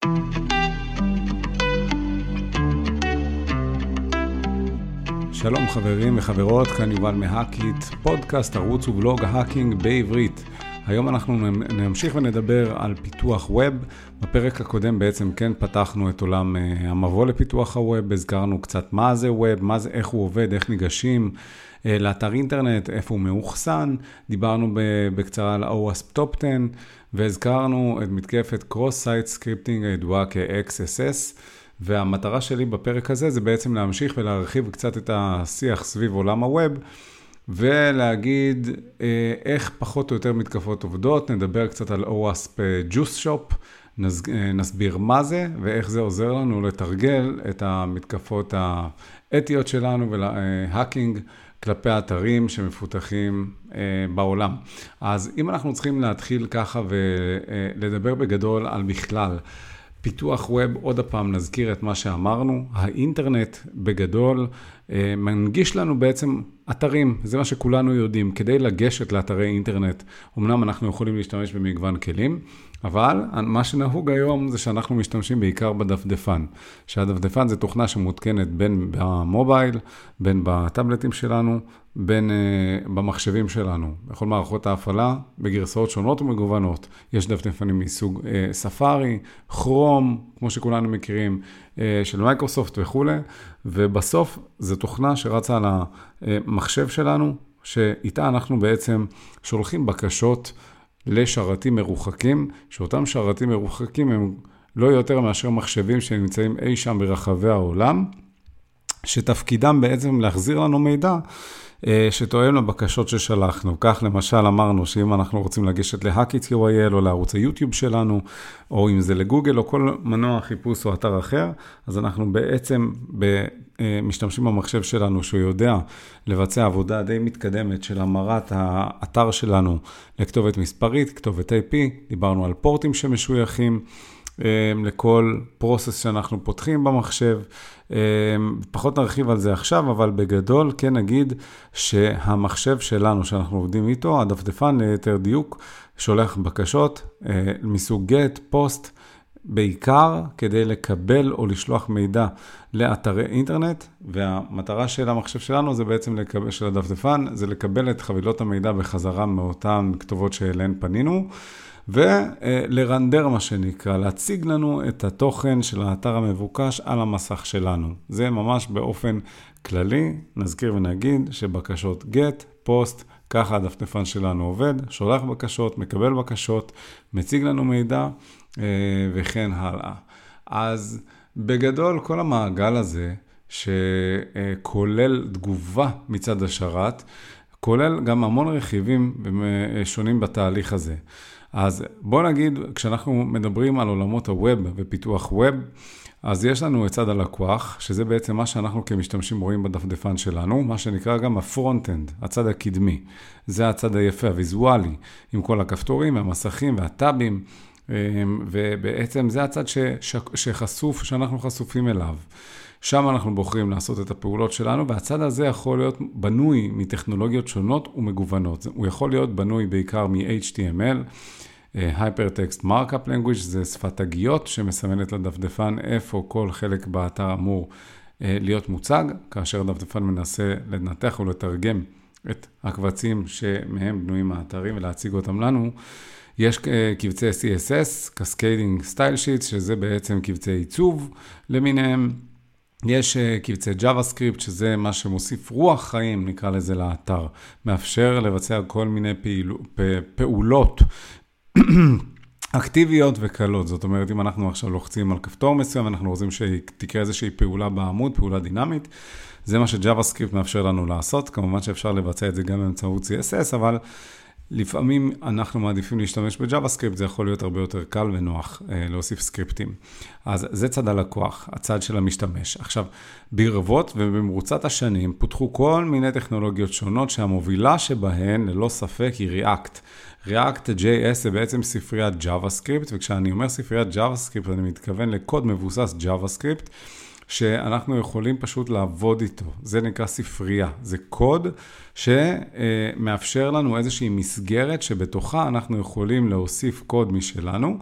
שלום חברים וחברות, כאן יובל מהאקיט, פודקאסט ערוץ ובלוג ההאקינג בעברית. היום אנחנו נמשיך ונדבר על פיתוח ווב. בפרק הקודם בעצם כן פתחנו את עולם המבוא לפיתוח הווב, הזכרנו קצת מה זה ווב, איך הוא עובד, איך ניגשים לאתר אינטרנט, איפה הוא מאוחסן, דיברנו בקצרה על OWASP Top 10, והזכרנו את מתקפת Cross-Site Scripting הידועה כ-XSS, והמטרה שלי בפרק הזה זה בעצם להמשיך ולהרחיב קצת את השיח סביב עולם הווב, ולהגיד איך פחות או יותר מתקפות עובדות, נדבר קצת על OWASP Juice Shop, נסביר מה זה ואיך זה עוזר לנו לתרגל את המתקפות האתיות שלנו ולהאקינג כלפי האתרים שמפותחים בעולם. אז אם אנחנו צריכים להתחיל ככה ולדבר בגדול על בכלל פיתוח ווב, עוד הפעם נזכיר את מה שאמרנו, האינטרנט בגדול מנגיש לנו בעצם אתרים, זה מה שכולנו יודעים, כדי לגשת לאתרי אינטרנט, אמנם אנחנו יכולים להשתמש במגוון כלים, אבל מה שנהוג היום זה שאנחנו משתמשים בעיקר בדפדפן, שהדפדפן זה תוכנה שמותקנת בין במובייל, בין בטאבלטים שלנו, בין במחשבים שלנו, בכל מערכות ההפעלה, בגרסאות שונות ומגוונות. יש דפדפנים מסוג ספארי, כרום, כמו שכולנו מכירים, של מייקרוסופט וכו'. ובסוף זו תוכנה שרצה על המחשב שלנו, שאיתה אנחנו בעצם שולחים בקשות לשרתים מרוחקים, שאותם שרתים מרוחקים הם לא יותר מאשר מחשבים שנמצאים אי שם ברחבי העולם, שתפקידם בעצם להחזיר לנו מידע שתואם לבקשות ששלחנו. כך למשל אמרנו שאם אנחנו רוצים לגשת להאקיט.co.il או לערוץ היוטיוב שלנו, או אם זה לגוגל או כל מנוע חיפוש או אתר אחר, אז אנחנו בעצם משתמשים במחשב שלנו שהוא יודע לבצע עבודה די מתקדמת של המרת האתר שלנו לכתובת מספרית, כתובת IP, דיברנו על פורטים שמשויכים לכל פרוסס שאנחנו פותחים במחשב, פחות נרחיב על זה עכשיו, אבל בגדול כן נגיד שהמחשב שלנו שאנחנו עובדים איתו, הדפדפן ליתר דיוק, שולח בקשות מסוג גט, פוסט, בעיקר כדי לקבל או לשלוח מידע לאתרי אינטרנט, והמטרה של המחשב שלנו זה בעצם לקבל, של הדפדפן, זה לקבל את חבילות המידע בחזרה מאותן כתובות שאליהן פנינו, ולרנדר מה שנקרא, להציג לנו את התוכן של האתר המבוקש על המסך שלנו. זה ממש באופן כללי, נזכיר ונגיד שבקשות גט, פוסט, ככה הדפדפן שלנו עובד, שולח בקשות, מקבל בקשות, מציג לנו מידע וכן הלאה. אז בגדול כל המעגל הזה שכולל תגובה מצד השרת, כולל גם המון רכיבים שונים בתהליך הזה. אז בוא נגיד, כשאנחנו מדברים על עולמות הווב ופיתוח ווב, אז יש לנו את צד הלקוח, שזה בעצם מה שאנחנו כמשתמשים רואים בדפדפן שלנו, מה שנקרא גם הפרונט-אנד, הצד הקדמי. זה הצד היפה, הוויזואלי, עם כל הכפתורים והמסכים והטאבים, ובעצם זה הצד שחשוף, שאנחנו חשופים אליו. שם אנחנו בוחרים לעשות את הפעולות שלנו, והצד הזה יכול להיות בנוי מטכנולוגיות שונות ומגוונות. הוא יכול להיות בנוי בעיקר מ-HTML, Hypertext Markup Language, זה שפת תגיות שמסמנת לדפדפן איפה כל חלק באתר אמור להיות מוצג, כאשר הדפדפן מנסה לנתח ולתרגם את הקבצים שמהם בנויים האתרים ולהציג אותם לנו. יש קבצי CSS, Cascading Style Sheets, שזה בעצם קבצי עיצוב למיניהם. יש קבצי JavaScript, שזה מה שמוסיף רוח חיים, נקרא לזה לאתר. מאפשר לבצע כל מיני פעולות אקטיביות וקלות. זאת אומרת, אם אנחנו עכשיו לוחצים על כפתור מסוים, אנחנו רוצים שתקרה איזושהי פעולה בעמוד, פעולה דינמית, זה מה ש-JavaScript מאפשר לנו לעשות. כמובן שאפשר לבצע את זה גם באמצעות CSS, אבל לפעמים אנחנו מעדיפים להשתמש ב-JavaScript, זה יכול להיות הרבה יותר קל ונוח להוסיף סקריפטים. אז זה צד הלקוח, הצד של המשתמש. עכשיו, ברבות ובמרוצת השנים פותחו כל מיני טכנולוגיות שונות שהמובילה שבהן ללא ספק היא React. React.js זה בעצם ספריית JavaScript, וכשאני אומר ספריית JavaScript אני מתכוון לקוד מבוסס JavaScript, שאנחנו יכולים פשוט לעבוד איתו. זה נקרא ספרייה. זה קוד שמאפשר לנו איזושהי מסגרת שבתוכה אנחנו יכולים להוסיף קוד משלנו,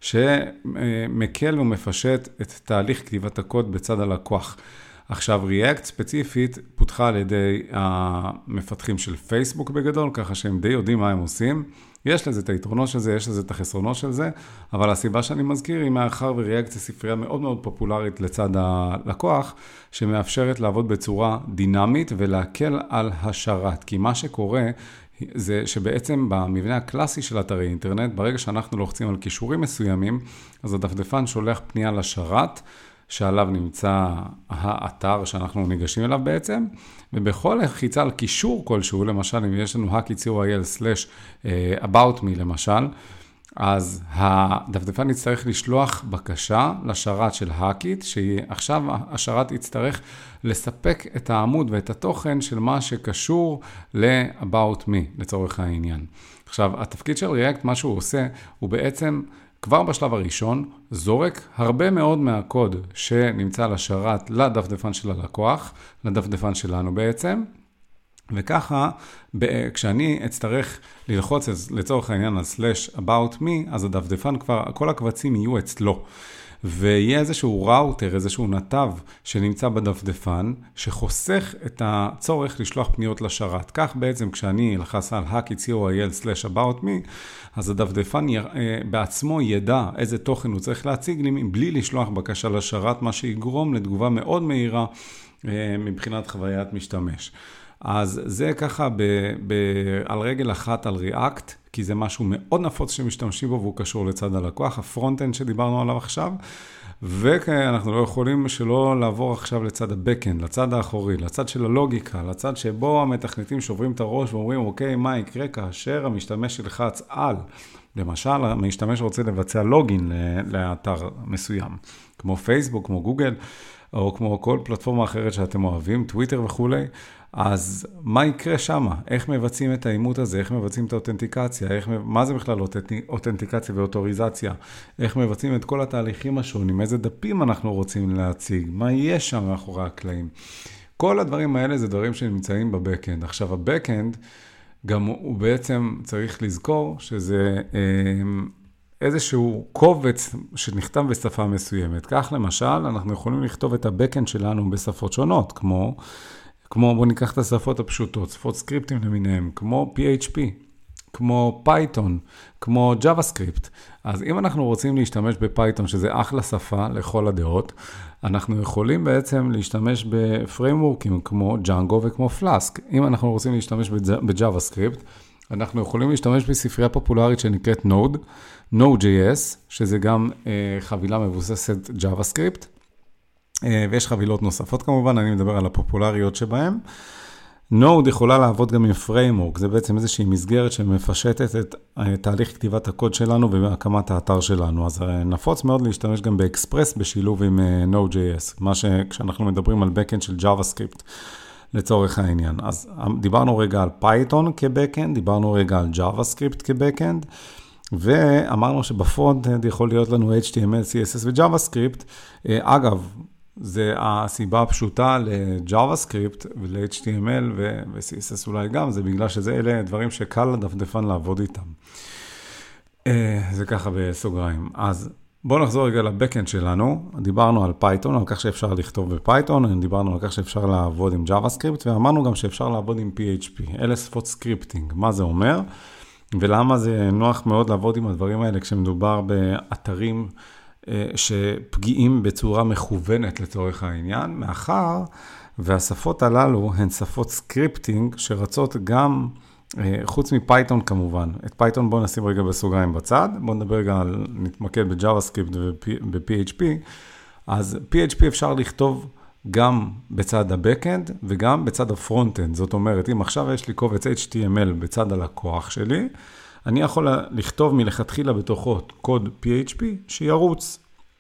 שמקל ומפשט את תהליך כתיבת הקוד בצד הלקוח. עכשיו, React ספציפית פותחה על ידי המפתחים של פייסבוק בגדול, ככה שהם די יודעים מה הם עושים. יש לזה את היתרונות של זה, יש לזה את החסרונות של זה, אבל הסיבה שאני מזכיר היא מאחר ו-React זה ספרייה מאוד מאוד פופולרית לצד הלקוח, שמאפשרת לעבוד בצורה דינמית ולהקל על השרת. כי מה שקורה זה שבעצם במבנה הקלאסי של אתרי אינטרנט, ברגע שאנחנו לוחצים על קישורים מסוימים, אז הדפדפן שולח פנייה לשרת, שעליו נמצא האתר שאנחנו ניגשים אליו בעצם, ובכל לחיצה על קישור כלשהו, למשל אם יש לנו hackit.co.il/about me למשל, אז הדפדפן יצטרך לשלוח בקשה לשרת של hackit, שעכשיו השרת יצטרך לספק את העמוד ואת התוכן של מה שקשור ל-about me לצורך העניין. עכשיו, התפקיד של React, מה שהוא עושה, הוא בעצם כבר בשלב הראשון, זורק הרבה מאוד מהקוד שנמצא לשרת לדפדפן של הלקוח, לדפדפן שלנו בעצם, וככה, כשאני אצטרך ללחוץ לצורך העניין על /about me, אז הדפדפן כבר, כל הקבצים יהיו אצלו. ויהיה איזשהו ראוטר, איזשהו נתב שנמצא בדפדפן, שחוסך את הצורך לשלוח פניות לשרת. כך בעצם כשאני אלחץ על hackit.co.il/about me, אז הדפדפן בעצמו ידע איזה תוכן הוא צריך להציג לי, בלי לשלוח בקשה לשרת, מה שיגרום לתגובה מאוד מהירה מבחינת חוויית משתמש. אז זה ככה על רגל אחת על React, כי זה משהו מאוד נפוץ שמשתמשים בו והוא קשור לצד הלקוח, הפרונט-אנד שדיברנו עליו עכשיו, ואנחנו לא יכולים שלא לעבור עכשיו לצד הבק-אנד, לצד האחורי, לצד של הלוגיקה, לצד שבו המתכנתים שוברים את הראש ואומרים, אוקיי, מה יקרה כאשר המשתמש ילחץ על? למשל, המשתמש רוצה לבצע לוגין לאתר מסוים, כמו פייסבוק, כמו גוגל, או כמו כל פלטפורמה אחרת שאתם אוהבים, טוויטר וכו'. אז מה יקרה שם? איך מבצעים את האימות הזה? איך מבצעים את האותנטיקציה? מה זה בכלל אותנטיקציה ואוטוריזציה? איך מבצעים את כל התהליכים השונים? איזה דפים אנחנו רוצים להציג? מה יש שם מאחורי הקלעים? כל הדברים האלה זה דברים שנמצאים בבק-אנד. עכשיו, הבק-אנד גם הוא בעצם צריך לזכור שזה איזשהו קובץ שנכתב בשפה מסוימת. כך למשל, אנחנו יכולים לכתוב את הבק-אנד שלנו בשפות שונות, כמו בוא ניקח את השפות הפשוטות, שפות סקריפטים למיניהם, כמו PHP, כמו Python, כמו JavaScript. אז אם אנחנו רוצים להשתמש בפייתון, שזה אחלה שפה לכל הדעות, אנחנו יכולים בעצם להשתמש בפריימוורקים כמו Django וכמו Flask. אם אנחנו רוצים להשתמש ב-JavaScript, אנחנו יכולים להשתמש בספרייה פופולרית שנקראת Node.js, שזה גם חבילה מבוססת JavaScript, ויש חבילות נוספות כמובן, אני מדבר על הפופולריות שבהם. Node יכולה לעבוד גם עם פריימוורק, זה בעצם איזושהי מסגרת שמפשטת את תהליך כתיבת הקוד שלנו והקמת האתר שלנו. אז נפוץ מאוד להשתמש גם באקספרס בשילוב עם Node.js, מה שכשאנחנו מדברים על backend של JavaScript לצורך העניין. אז דיברנו רגע על Python כ-backend, דיברנו רגע על JavaScript כ-backend, ואמרנו שבפרונט יכול להיות לנו HTML, CSS ו-JavaScript. אגב, זה הסיבה הפשוטה ל-JavaScript ול-HTML ו-CSS אולי גם, זה בגלל אלה דברים שקל לדפדפן לעבוד איתם. זה ככה בסוגריים. אז בואו נחזור רגע לבק-אנד שלנו. דיברנו על Python, על כך שאפשר לכתוב בפייתון, דיברנו על כך שאפשר לעבוד עם JavaScript, ואמרנו גם שאפשר לעבוד עם PHP. אלה שפות סקריפטינג. מה זה אומר? ולמה זה נוח מאוד לעבוד עם הדברים האלה כשמדובר באתרים שפגיעים בצורה מכוונת לצורך העניין, מאחר והשפות הללו הן שפות סקריפטינג שרצות גם, חוץ מפייתון כמובן. את פייתון בואו נשים רגע בסוגריים בצד, בואו נדבר רגע נתמקד ב-JavaScript וב-PHP. אז PHP אפשר לכתוב גם בצד ה-Backend וגם בצד ה-Frontend. זאת אומרת, אם עכשיו יש לי קובץ HTML בצד הלקוח שלי, אני יכול לכתוב מלכתחילה בתוכו קוד PHP שירוץ.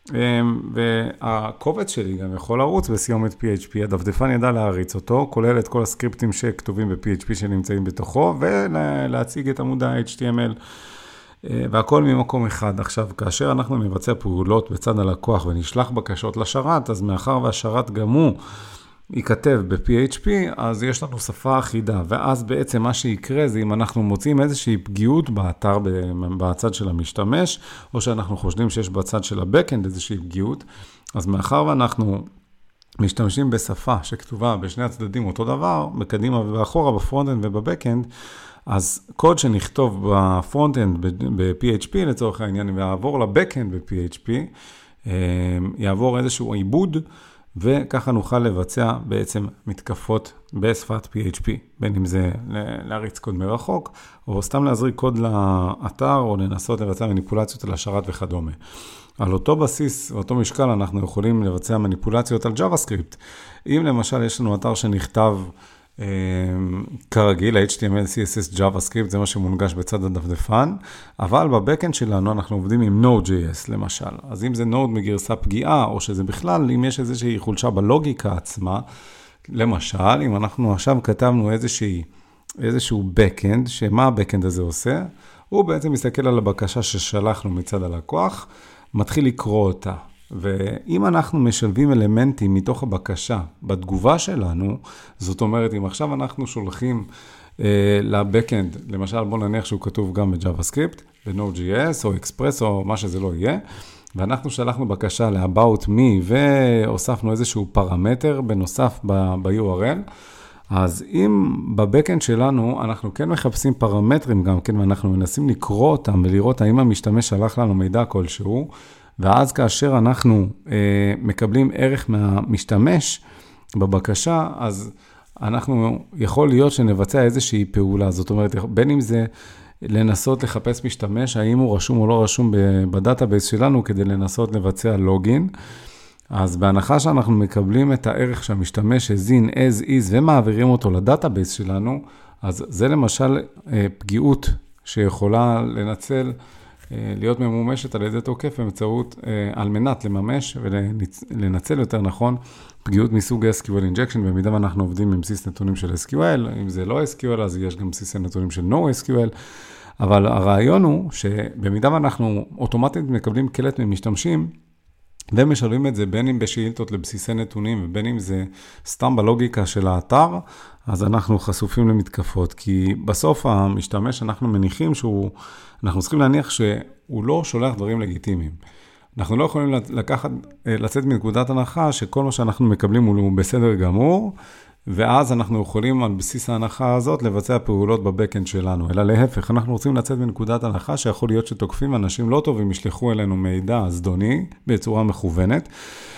והקובץ שלי גם יכול לרוץ בסיומת PHP. הדפדפן ידע להריץ אותו, כולל את כל הסקריפטים שכתובים ב-PHP שנמצאים בתוכו, ולהציג את עמוד ה-HTML והכל ממקום אחד. עכשיו, כאשר אנחנו נבצע פעולות בצד הלקוח ונשלח בקשות לשרת, אז מאחר והשרת גם הוא ייכתב ב-PHP, אז יש לנו שפה אחידה, ואז בעצם מה שיקרה זה אם אנחנו מוצאים איזושהי פגיעות באתר בצד של המשתמש, או שאנחנו חושדים שיש בצד של ה-Backend איזושהי פגיעות, אז מאחר ואנחנו משתמשים בשפה שכתובה בשני הצדדים אותו דבר, בקדימה ובאחורה, בפרונט-אנד ובבק-אנד, אז קוד שנכתוב בפרונט-אנד ב-PHP לצורך העניין, ויעבור לבק-אנד ב-PHP, יעבור איזשהו עיבוד, וככה נוכל לבצע בעצם מתקפות בשפת PHP, בין אם זה להריץ קוד מרחוק, או סתם להזריק קוד לאתר, או לנסות לבצע מניפולציות על השרת וכדומה. על אותו בסיס, אותו משקל, אנחנו יכולים לבצע מניפולציות על JavaScript. אם למשל יש לנו אתר שנכתב כרגיל, HTML, CSS, JavaScript, זה מה שמונגש בצד הדפדפן, אבל בבקאנד שלנו אנחנו עובדים עם Node.js למשל. אז אם זה Node מגרסה פגיעה, או שזה בכלל, אם יש איזושהי חולשה בלוגיקה עצמה, למשל, אם אנחנו עכשיו כתבנו איזשהו בקאנד, שמה הבקאנד הזה עושה? הוא בעצם מסתכל על הבקשה ששלחנו מצד הלקוח, מתחיל לקרוא אותה. ואם אנחנו משלבים אלמנטים מתוך הבקשה בתגובה שלנו, זאת אומרת, אם עכשיו אנחנו שולחים לבקאנד, למשל בוא נניח שהוא כתוב גם ב-JavaScript, ב-Node.js או Express או מה שזה לא יהיה, ואנחנו שלחנו בקשה ל-About Me והוספנו איזשהו פרמטר בנוסף ב-URL, אז אם בבקאנד שלנו אנחנו כן מחפשים פרמטרים גם כן, ואנחנו מנסים לקרוא אותם ולראות האם המשתמש שלח לנו מידע כלשהו, ואז כאשר אנחנו מקבלים ערך מהמשתמש בבקשה, אז אנחנו יכול להיות שנבצע איזושהי פעולה. זאת אומרת, בין אם זה לנסות לחפש משתמש, האם הוא רשום או לא רשום בדאטאבייס שלנו, כדי לנסות לבצע לוגין. אז בהנחה שאנחנו מקבלים את הערך שהמשתמש הזין as is ומעבירים אותו לדאטאבייס שלנו, אז זה למשל פגיעות שיכולה להיות ממומשת על ידי תוקף באמצעות, על מנת לממש ולנצל יותר נכון פגיעות מסוג SQL injection, במידה ואנחנו עובדים עם בסיס נתונים של SQL, אם זה לא SQL אז יש גם בסיס נתונים של NoSQL, אבל הרעיון הוא שבמידה ואנחנו אוטומטית מקבלים קלט ממשתמשים, ומשלבים את זה בין אם בשאילתות לבסיסי נתונים, ובין אם זה סתם בלוגיקה של האתר, אז אנחנו חשופים למתקפות, כי בסוף המשתמש אנחנו מניחים אנחנו צריכים להניח שהוא לא שולח דברים לגיטימיים. אנחנו לא יכולים לצאת מנקודת הנחה שכל מה שאנחנו מקבלים הוא בסדר גמור, ואז אנחנו יכולים על בסיס ההנחה הזאת לבצע פעולות בבקאנד שלנו, אלא להפך, אנחנו רוצים לצאת מנקודת הנחה שיכול להיות שתוקפים אנשים לא טובים, ישלחו אלינו מידע זדוני בצורה מכוונת,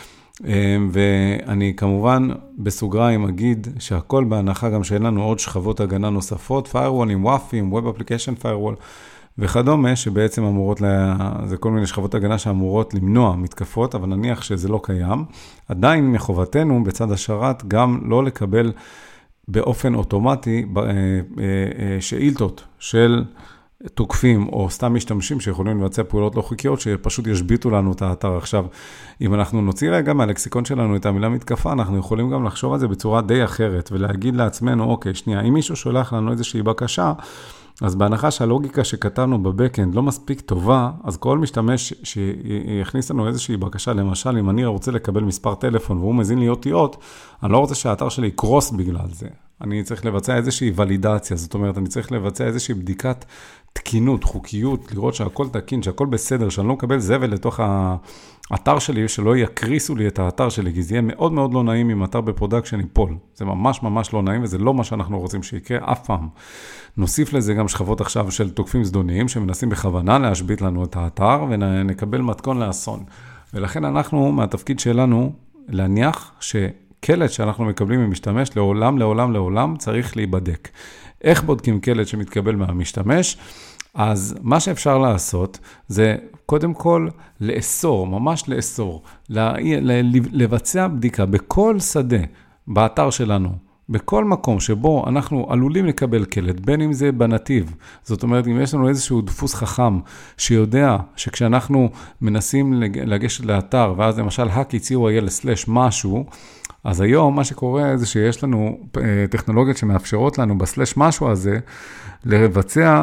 ואני כמובן בסוגריים אגיד שהכל בהנחה גם שאין לנו עוד שכבות הגנה נוספות, firewall, WAF, Web Application Firewall וכדומה, שבעצם זה כל מיני שכבות הגנה שאמורות למנוע מתקפות, אבל נניח שזה לא קיים. עדיין מחובתנו בצד השרת גם לא לקבל באופן אוטומטי שאילתות של תוקפים או סתם משתמשים שיכולים לבצע פעולות לא חוקיות שפשוט ישביטו לנו את האתר. עכשיו, אם אנחנו נוציא רגע מהלקסיקון שלנו את המילה מתקפה, אנחנו יכולים גם לחשוב על זה בצורה די אחרת ולהגיד לעצמנו, אוקיי, שנייה, אם מישהו שולח לנו איזושהי בקשה, אז בהנחה שהלוגיקה שכתבנו בבקאנד לא מספיק טובה, אז כל משתמש שיכניס לנו איזושהי בקשה, למשל, אם אני רוצה לקבל מספר טלפון והוא מזין לי אותיות, אני לא רוצה שהאתר שלי יקרוס בגלל זה. אני צריך לבצע איזושהי ולידציה, זאת אומרת, אני צריך לבצע איזושהי בדיקת תקינות, חוקיות, לראות שהכל תקין, שהכל בסדר, שאני לא מקבל זבל לתוך האתר שלי, שלא יקריסו לי את האתר שלי, כי זה יהיה מאוד מאוד לא נעים אם אתר בפרודקשן ייפול. זה ממש ממש לא נעים, וזה לא מה שאנחנו רוצים שיקרה אף פעם. נוסיף לזה גם שכבות עכשיו של תוקפים זדוניים, שמנסים בכוונה להשבית לנו את האתר, ונקבל מתכון לאסון. ולכן אנחנו, מהתפקיד שלנו, להניח שקלט שאנחנו מקבלים ממשתמש, לעולם צריך להיבדק. איך בודקים קלט שמתקבל מהמשתמש? אז מה שאפשר לעשות זה קודם כל לאסור, ממש לאסור, לבצע בדיקה בכל שדה באתר שלנו, בכל מקום שבו אנחנו עלולים לקבל קלט, בין אם זה בנתיב, זאת אומרת, אם יש לנו איזשהו דפוס חכם שיודע שכשאנחנו מנסים לגשת לאתר, ואז למשל hack.co.il/משהו, אז היום מה שקורה זה שיש לנו טכנולוגיות שמאפשרות לנו בסלש משהו הזה, לבצע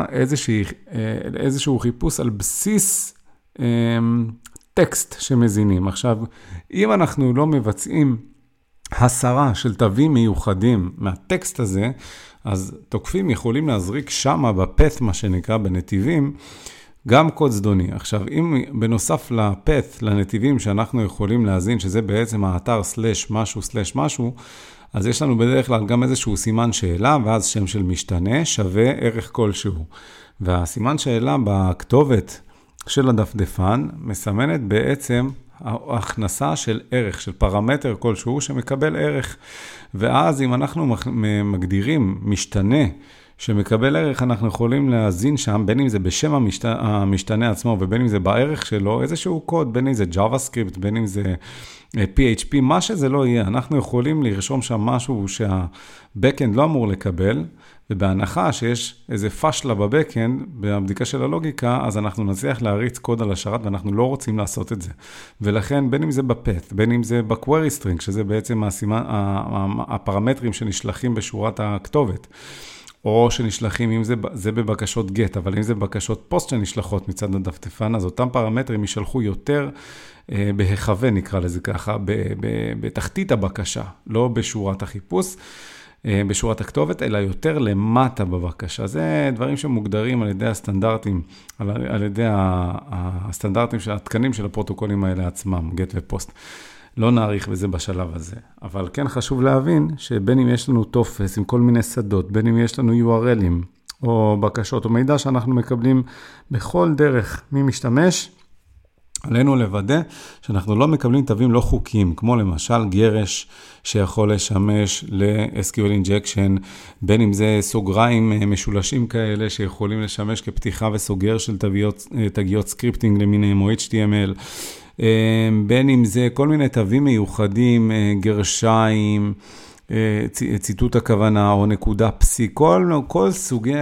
איזשהו חיפוש על בסיס טקסט שמזינים. עכשיו, אם אנחנו לא מבצעים הסרה של תווים מיוחדים מהטקסט הזה, אז תוקפים יכולים להזריק שמה בפת, מה שנקרא בנתיבים, גם קוד זדוני. עכשיו, אם בנוסף לפת, לנתיבים שאנחנו יכולים להזין, שזה בעצם האתר סלש משהו, אז יש לנו בדרך כלל גם איזשהו סימן שאלה, ואז שם של משתנה שווה ערך כלשהו. והסימן שאלה בכתובת של הדפדפן מסמנת בעצם ההכנסה של ערך, של פרמטר כלשהו שמקבל ערך. ואז אם אנחנו מגדירים משתנה שמקבל ערך, אנחנו יכולים להזין שם, בין אם זה בשם המשתנה עצמו, ובין אם זה בערך שלו, איזשהו קוד, בין אם זה JavaScript, בין אם זה PHP, מה שזה לא יהיה. אנחנו יכולים לרשום שם משהו שהבקאנד לא אמור לקבל, ובהנחה שיש איזה פשלה בבקאנד, בבדיקה של הלוגיקה, אז אנחנו נצליח להריץ קוד על השרת, ואנחנו לא רוצים לעשות את זה. ולכן, בין אם זה בפת, בין אם זה ב-query string, שזה בעצם הפרמטרים שנשלחים בשורת הכתובת, או שנשלחים, אם זה בבקשות גט, אבל אם זה בבקשות פוסט שנשלחות מצד הדפדפן, אז אותם פרמטרים יישלחו יותר בהיחווה, נקרא לזה ככה, בתחתית הבקשה, לא בשורת החיפוש, בשורת הכתובת, אלא יותר למטה בבקשה. זה דברים שמוגדרים על ידי הסטנדרטים, על ידי הסטנדרטים של התקנים של הפרוטוקולים האלה עצמם, גט ופוסט. לא נעריך בזה בשלב הזה. אבל כן חשוב להבין שבין אם יש לנו טופס עם כל מיני שדות, בין אם יש לנו URLים או בקשות או מידע שאנחנו מקבלים בכל דרך ממשתמש, עלינו לוודא שאנחנו לא מקבלים תווים לא חוקיים, כמו למשל גרש שיכול לשמש ל-SQL injection, בין אם זה סוגריים משולשים כאלה שיכולים לשמש כפתיחה וסוגר של תגיות סקריפטינג למיניהם או HTML, בין אם זה כל מיני תווים מיוחדים, גרשיים, ציטוט הכוונה או נקודה פסיק, כל סוגי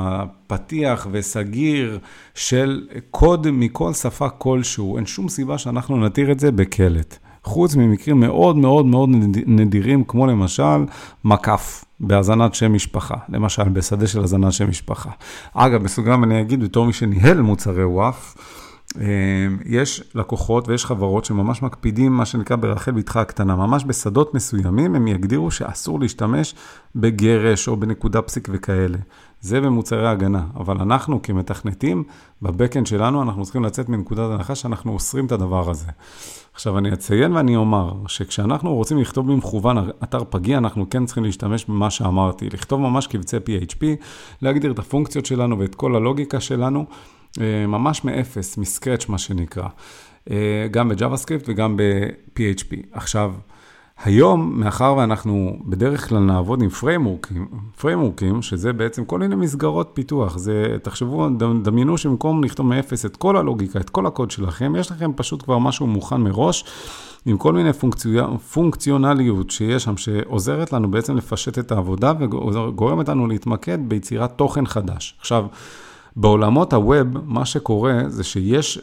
הפתיח וסגיר של קוד מכל שפה כלשהו. אין שום סיבה שאנחנו נתיר את זה בקלט. חוץ ממקרים מאוד מאוד מאוד נדירים, כמו למשל מקף בהזנת שם משפחה. למשל בשדה של הזנת שם משפחה. אגב, בסוגריים אני אגיד, בתור מי שניהל מוצרי וואף, יש לקוחות ויש חברות שממש מקפידים מה שנקרא ברחל בתך הקטנה, ממש בשדות מסוימים הם יגדירו שאסור להשתמש בגרש או בנקודה פסיק וכאלה. זה במוצרי הגנה, אבל אנחנו כמתכנתים בבקאנד שלנו אנחנו צריכים לצאת מנקודת הנחה שאנחנו אוסרים את הדבר הזה. עכשיו אני אציין ואני אומר שכשאנחנו רוצים לכתוב במכוון אתר פגיע, אנחנו כן צריכים להשתמש במה שאמרתי, לכתוב ממש קבצי PHP, להגדיר את הפונקציות שלנו ואת כל הלוגיקה שלנו, ממש מאפס, מסקרץ' מה שנקרא, גם ב-JavaScript וגם ב-PHP. עכשיו, היום, מאחר ואנחנו בדרך כלל נעבוד עם פריימורקים, שזה בעצם כל מיני מסגרות פיתוח, זה, תחשבו, דמיינו שבמקום לכתוב מאפס את כל הלוגיקה, את כל הקוד שלכם, יש לכם פשוט כבר משהו מוכן מראש, עם כל מיני פונקציונליות שיש שם, שעוזרת לנו בעצם לפשט את העבודה, וגורמת לנו להתמקד ביצירת תוכן חדש. עכשיו, בעולמות הווב, מה שקורה זה שיש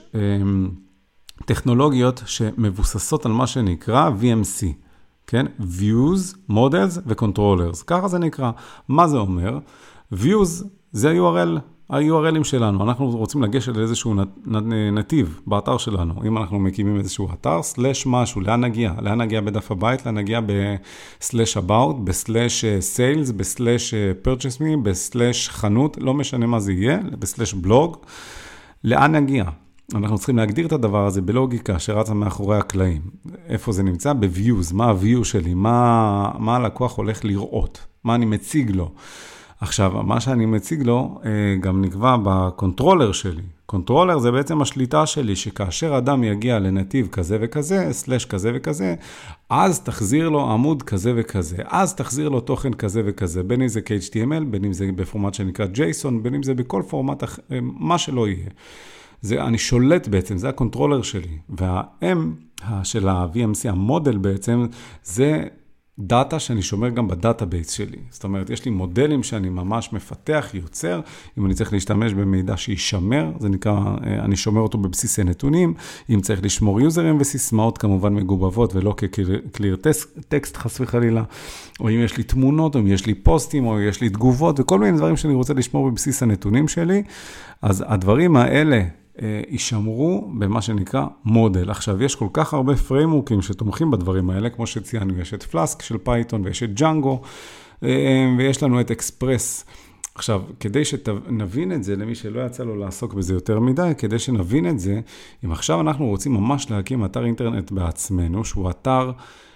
טכנולוגיות שמבוססות על מה שנקרא VMC, כן? Views, Models ו-Controllers. ככה זה נקרא. מה זה אומר? Views זה ה-URLים שלנו. אנחנו רוצים לגשת לאיזשהו נתיב באתר שלנו. אם אנחנו מקימים איזשהו אתר, סלש משהו, לאן נגיע? לאן נגיע בדף הבית? לאן נגיע בסלש about, בסלש sales, בסלש purchase me, בסלש חנות, לא משנה מה זה יהיה, בסלש בלוג. לאן נגיע? אנחנו צריכים להגדיר את הדבר הזה בלוגיקה שרצה מאחורי הקלעים. איפה זה נמצא? ב-views. מה ה-view שלי? מה הלקוח הולך לראות? מה אני מציג לו? עכשיו, מה שאני מציג לו גם נקבע בקונטרולר שלי. קונטרולר זה בעצם השליטה שלי, שכאשר אדם יגיע לנתיב כזה וכזה, סלש כזה וכזה, אז תחזיר לו עמוד כזה וכזה, אז תחזיר לו תוכן כזה וכזה, בין אם זה HTML, בין אם זה בפורמט שנקרא JSON, בין אם זה בכל פורמט, מה שלא יהיה. אני שולט בעצם, זה הקונטרולר שלי, וה-M של ה-VMC, המודל בעצם, זה דאטה שאני שומר גם בדאטאבייס שלי. זאת אומרת, יש לי מודלים שאני ממש מפתח, יוצר, אם אני צריך להשתמש במידע שישמר, זה נקרא, אני שומר אותו בבסיסי נתונים, אם צריך לשמור יוזרים וסיסמאות כמובן מגובבות, ולא כקליר טקסט חס וחלילה, או אם יש לי תמונות, או אם יש לי פוסטים, או יש לי תגובות, וכל מיני דברים שאני רוצה לשמור בבסיס הנתונים שלי, אז הדברים האלה, יישמרו במה שנקרא מודל. עכשיו, יש כל כך הרבה פריימורקים שתומכים בדברים האלה, כמו שציינו, יש את פלאסק של פייתון, ויש את ג'אנגו, ויש לנו את אקספרס. עכשיו, כדי שנבין את זה, למי שלא יצא לו לעסוק בזה יותר מדי, כדי שנבין את זה, אם עכשיו אנחנו רוצים ממש להקים אתר אינטרנט בעצמנו, שהוא אתר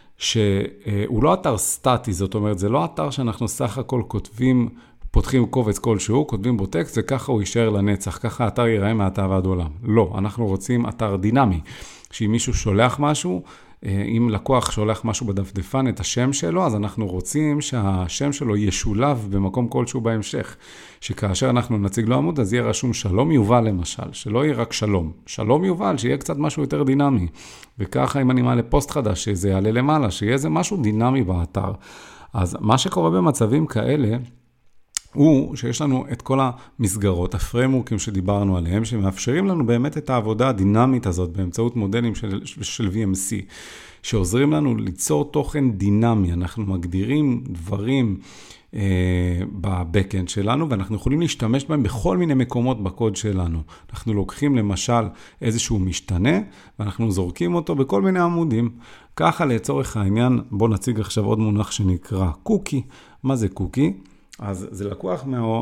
שהוא לא אתר סטטי, זאת אומרת, זה לא אתר שאנחנו סך הכל כותבים, פותחים קובץ כלשהו, כותבים בו טקסט, וככה הוא יישאר לנצח, ככה האתר ייראה מעתה ועד עולם. לא, אנחנו רוצים אתר דינמי, שאם מישהו שולח משהו, אם לקוח שולח משהו בדפדפן את השם שלו, אז אנחנו רוצים שהשם שלו ישולב במקום כלשהו בהמשך, שכאשר אנחנו נציג לו עמוד, אז יהיה רשום שלום יובל למשל, שלא יהיה רק שלום. שלום יובל, שיהיה קצת משהו יותר דינמי. וככה אם אני מעלה פוסט חדש, שזה יעלה למעלה, שיהיה איזה משהו דינמי באתר. אז מה שקורה במצבים כאלה, הוא שיש לנו את כל המסגרות, הפריימורקים שדיברנו עליהם, שמאפשרים לנו באמת את העבודה הדינמית הזאת, באמצעות מודלים של VMC, שעוזרים לנו ליצור תוכן דינמי. אנחנו מגדירים דברים בבקאנד שלנו, ואנחנו יכולים להשתמש בהם בכל מיני מקומות בקוד שלנו. אנחנו לוקחים למשל איזשהו משתנה, ואנחנו זורקים אותו בכל מיני עמודים. ככה לצורך העניין, בוא נציג עכשיו עוד מונח שנקרא קוקי. מה זה קוקי? אז זה לקוח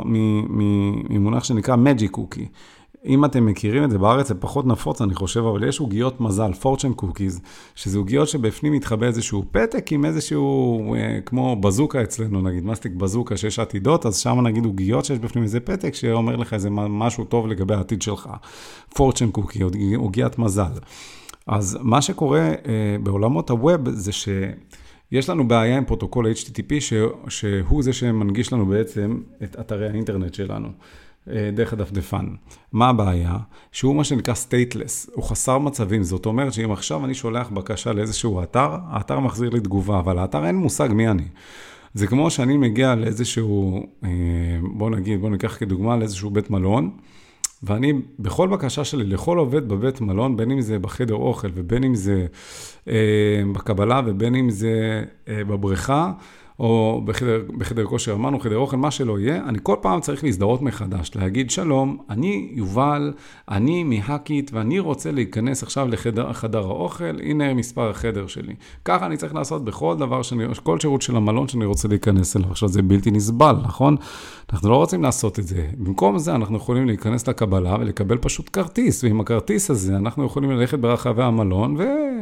ממונח שנקרא Magic Cookie. אם אתם מכירים את זה, בארץ זה פחות נפוץ, אני חושב, אבל יש עוגיות מזל, Fortune Cookies, שזה עוגיות שבפנים מתחבא איזשהו פתק עם איזשהו, כמו בזוקה אצלנו, נגיד, מסטיק בזוקה שיש עתידות, אז שם נגיד עוגיות שיש בפנים איזה פתק, שאומר לך איזה משהו טוב לגבי העתיד שלך. Fortune Cookie, עוגיית מזל. אז מה שקורה בעולמות הווב זה יש לנו בעיה עם פרוטוקול HTTP, שהוא זה שמנגיש לנו בעצם את אתרי האינטרנט שלנו, דרך הדפדפן. מה הבעיה? שהוא מה שנקרא stateless, הוא חסר מצבים. זאת אומרת שאם עכשיו אני שולח בקשה לאיזשהו אתר, האתר מחזיר לי תגובה, אבל האתר אין מושג מי אני. זה כמו שאני מגיע לאיזשהו, בוא ניקח כדוגמה לאיזשהו בית מלון, ואני בכל בקשה שלי, לכל עובד בבית מלון, בין אם זה בחדר אוכל, ובין אם זה בקבלה, ובין אם זה בבריכה, או בחדר כושר, אמרנו, חדר אוכל, מה שלא יהיה, אני כל פעם צריך להזדהות מחדש, להגיד שלום, אני יובל, אני מהקיט, ואני רוצה להיכנס עכשיו לחדר האוכל, הנה מספר החדר שלי. ככה אני צריך לעשות בכל דבר, כל שירות של המלון שאני רוצה להיכנס אליו. עכשיו זה בלתי נסבל, נכון? אנחנו לא רוצים לעשות את זה. במקום זה אנחנו יכולים להיכנס לקבלה ולקבל פשוט כרטיס, ועם הכרטיס הזה אנחנו יכולים ללכת ברחבי המלון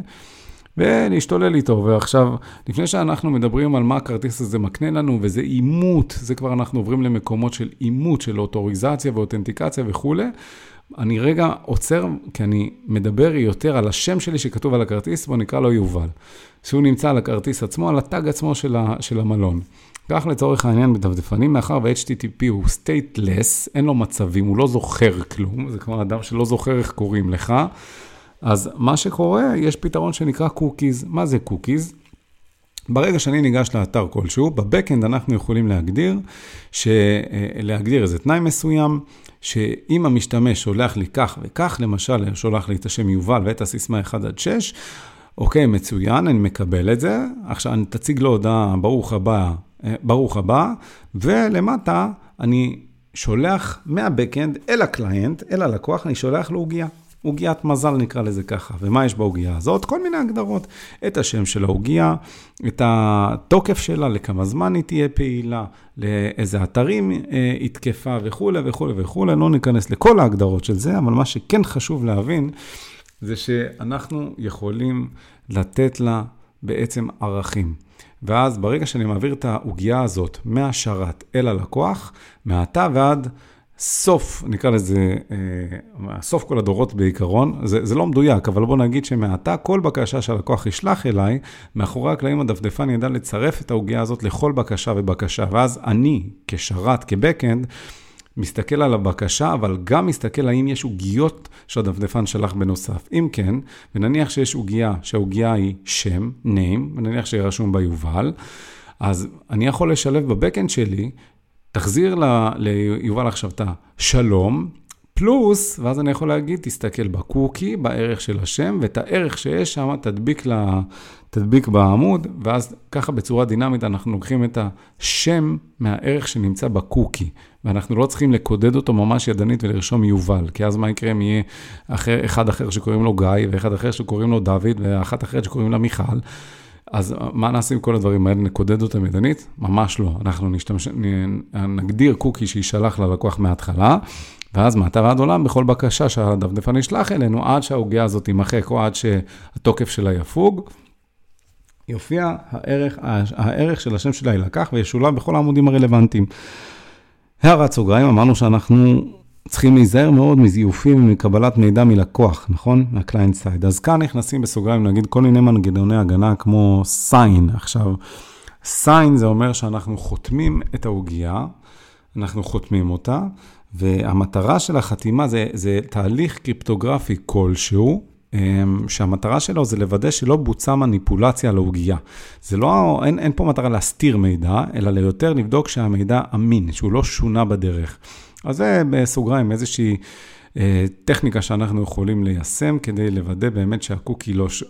ולהשתולל איתו. ועכשיו, לפני שאנחנו מדברים על מה הכרטיס הזה מקנה לנו, וזה אימות, זה כבר אנחנו עוברים למקומות של אימות, של אוטוריזציה ואותנטיקציה וכו'. אני רגע עוצר, כי אני מדבר יותר על השם שלי שכתוב על הכרטיס, בוא נקרא לו יובל. שהוא נמצא על הכרטיס עצמו, על הטאג עצמו של המלון. כך לצורך העניין בדפדפנים, מאחר ו-HTTP הוא stateless, אין לו מצבים, הוא לא זוכר כלום, זה כמו אדם שלא זוכר איך קוראים לך. אז מה שקורה, יש פתרון שנקרא קוקיז. מה זה קוקיז? ברגע שאני ניגש לאתר כלשהו, בבקאנד אנחנו יכולים להגדיר איזה תנאי מסוים, שאם המשתמש שולח לי כך וכך, למשל שולח לי את השם יובל ואת הסיסמה 1-6, אוקיי, מצוין, אני מקבל את זה. עכשיו אני תציג לו הודעה, ברוך הבא, ולמטה אני שולח מהבקאנד אל הקליינט, אל הלקוח, אני שולח לו עוגיה. עוגיית מזל נקרא לזה ככה. ומה יש בעוגיה הזאת? כל מיני הגדרות. את השם של העוגיה, את התוקף שלה, לכמה זמן היא תהיה פעילה, לאיזה אתרים היא תקפה וכו' וכו' וכו'. לא ניכנס לכל ההגדרות של זה, אבל מה שכן חשוב להבין, זה שאנחנו יכולים לתת לה בעצם ערכים. ואז ברגע שאני מעביר את העוגיה הזאת מהשרת אל הלקוח, מעתה ועד סוף, נקרא לזה, סוף כל הדורות בעיקרון, זה לא מדויק, אבל בוא נגיד שמעתה כל בקשה שהלקוח ישלח אליי, מאחורי הקלעים הדפדפן ידע לצרף את העוגיה הזאת לכל בקשה ובקשה, ואז אני כשרת, כבקאנד, מסתכל על הבקשה, אבל גם מסתכל האם יש עוגיות שהדפדפן שלח בנוסף. אם כן, ונניח שיש עוגיה, שהעוגיה היא שם, name, ונניח שרשום ביובל, אז אני יכול לשלב בבקאנד שלי, תחזיר ליובל עכשיו את השלום, פלוס, ואז אני יכול להגיד, תסתכל בקוקי, בערך של השם, ואת הערך שיש שם, תדביק בעמוד, ואז ככה בצורה דינמית אנחנו לוקחים את השם מהערך שנמצא בקוקי, ואנחנו לא צריכים לקודד אותו ממש ידנית ולרשום יובל, כי אז מה יקרה אם יהיה אחד אחר שקוראים לו גיא, ואחד אחר שקוראים לו דוד, ואחת אחרת שקוראים לה מיכל, אז מה נעשה עם כל הדברים האלה? נקודד אותם ידנית? ממש לא. אנחנו נגדיר קוקי שישלח ללקוח מההתחלה, ואז מעתה ועד עולם בכל בקשה שהדפדפן ישלח אלינו, עד שהעוגיה הזאת תימחק, או עד שהתוקף שלה יפוג, יופיע הערך של השם שלה ילקח, וישולב בכל העמודים הרלוונטיים. הערת סוגריים, אמרנו שאנחנו צריכים להיזהר מאוד מזיופים ומקבלת מידע מלקוח, נכון? מהקליינט סייד. אז כאן נכנסים בסוגריים, נגיד כל מיני מנגנוני הגנה כמו sign. עכשיו, sign זה אומר שאנחנו חותמים את העוגיה, אנחנו חותמים אותה, והמטרה של החתימה זה תהליך קריפטוגרפי כלשהו, שהמטרה שלו זה לוודא שלא בוצע מניפולציה על העוגיה. זה לא, אין פה מטרה להסתיר מידע, אלא ליותר לבדוק שהמידע אמין, שהוא לא שונה בדרך. אז זה בסוגריים איזושהי טכניקה שאנחנו יכולים ליישם, כדי לוודא באמת שהקוקי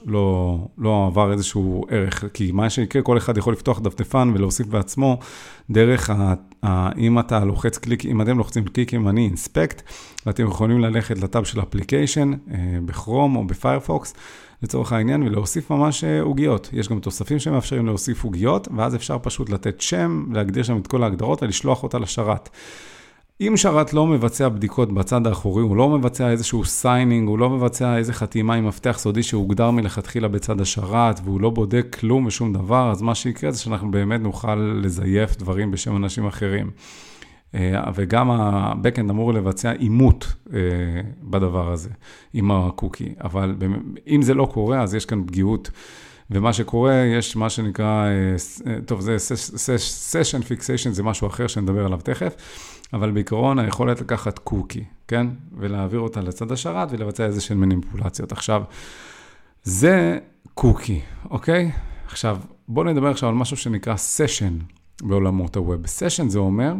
לא עבר איזשהו ערך, כי מה שיקרה, כל אחד יכול לפתוח דפדפן ולהוסיף בעצמו, דרך, אם אתה לוחץ קליק, אם אתם לוחצים קליק ימני, אינספקט, ואתם יכולים ללכת לטאב של אפליקיישן, בכרום או בפיירפוקס, לצורך העניין, ולהוסיף ממש עוגיות. יש גם תוספים שמאפשרים להוסיף עוגיות, ואז אפשר פשוט לתת שם, להגדיר שם את כל ההגדרות, ולשלוח אותה לשרת. אם שרת לא מבצע בדיקות בצד האחורי, הוא לא מבצע איזשהו סיינינג, הוא לא מבצע איזה חתימה עם מפתח סודי שהוגדר מלכתחילה בצד השרת, והוא לא בודק כלום ושום דבר, אז מה שיקרה זה שאנחנו באמת נוכל לזייף דברים בשם אנשים אחרים. וגם הבקאנד אמור לבצע אימות בדבר הזה, עם הקוקי. אבל אם זה לא קורה, אז יש כאן פגיעות. ומה שקורה, יש מה שנקרא, טוב, זה session fixation, זה משהו אחר שנדבר עליו תכף, אבל בעיקרון היכולת לקחת קוקי, כן? ולהעביר אותה לצד השרת ולבצע איזה שהן מניפולציות. עכשיו, זה קוקי, אוקיי? עכשיו, בואו נדבר עכשיו על משהו שנקרא session בעולמות הווב. session זה אומר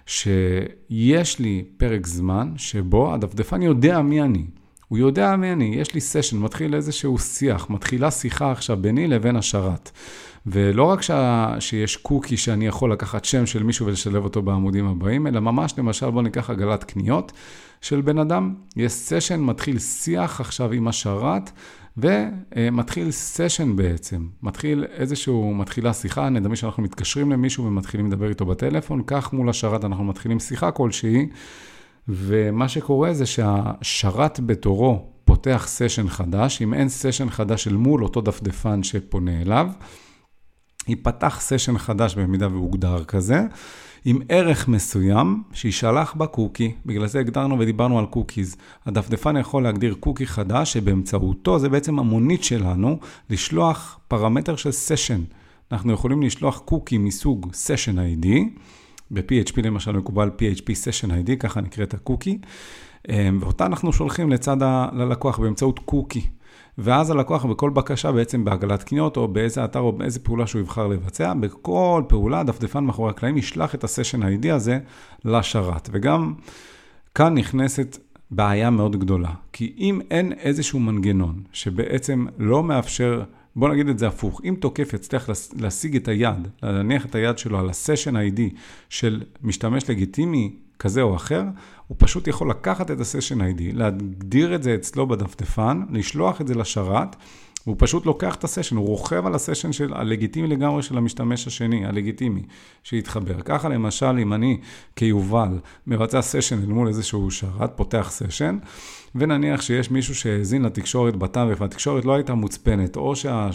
שיש לי פרק זמן שבו הדפדפן יודע מי אני. הוא יודע מי אני, יש לי סשן, מתחיל איזשהו שיח, מתחילה שיחה עכשיו ביני לבין השרת. ולא רק שיש קוקי שאני יכול לקחת שם של מישהו ולשלב אותו בעמודים הבאים, אלא ממש למשל בוא ניקח עגלת קניות של בן אדם, יש סשן, מתחיל שיח עכשיו עם השרת, ומתחיל סשן בעצם, מתחילה שיחה, נדמה שאנחנו מתקשרים למישהו ומתחילים לדבר איתו בטלפון, כך מול השרת אנחנו מתחילים שיחה כלשהי, ומה שקורה זה שהשרת בתורו פותח סשן חדש, אם אין סשן חדש אל מול אותו דפדפן שפונה אליו, ייפתח סשן חדש במידה והוגדר כזה, עם ערך מסוים שישלח בקוקי, בגלל זה הגדרנו ודיברנו על קוקיז. הדפדפן יכול להגדיר קוקי חדש, שבאמצעותו זה בעצם המונית שלנו, לשלוח פרמטר של סשן. אנחנו יכולים לשלוח קוקי מסוג סשן ID, ב-PHP למשל מקובל PHP Session ID, ככה נקראת הקוקי, ואותה אנחנו שולחים ללקוח באמצעות קוקי, ואז הלקוח בכל בקשה בעצם בעגלת קניות, או באיזה אתר או באיזה פעולה שהוא יבחר לבצע, בכל פעולה דפדפן מאחורי הקלעים ישלח את ה-Session ID הזה לשרת, וגם כאן נכנסת בעיה מאוד גדולה, כי אם אין איזשהו מנגנון שבעצם לא מאפשר, בוא נגיד את זה הפוך, אם תוקף יצליח להשיג את היד, להניח את היד שלו על ה-Session ID של משתמש לגיטימי כזה או אחר, הוא פשוט יכול לקחת את ה-Session ID, להגדיר את זה אצלו בדפדפן, לשלוח את זה לשרת, הוא פשוט לוקח את הסשן, הוא רוכב על הסשן של הלגיטימי לגמרי של המשתמש השני, הלגיטימי, שהתחבר. ככה למשל, אם אני כיובל מבצע סשן אל מול איזשהו שרת, פותח סשן, ונניח שיש מישהו שהזין לתקשורת בתווך, והתקשורת לא הייתה מוצפנת, או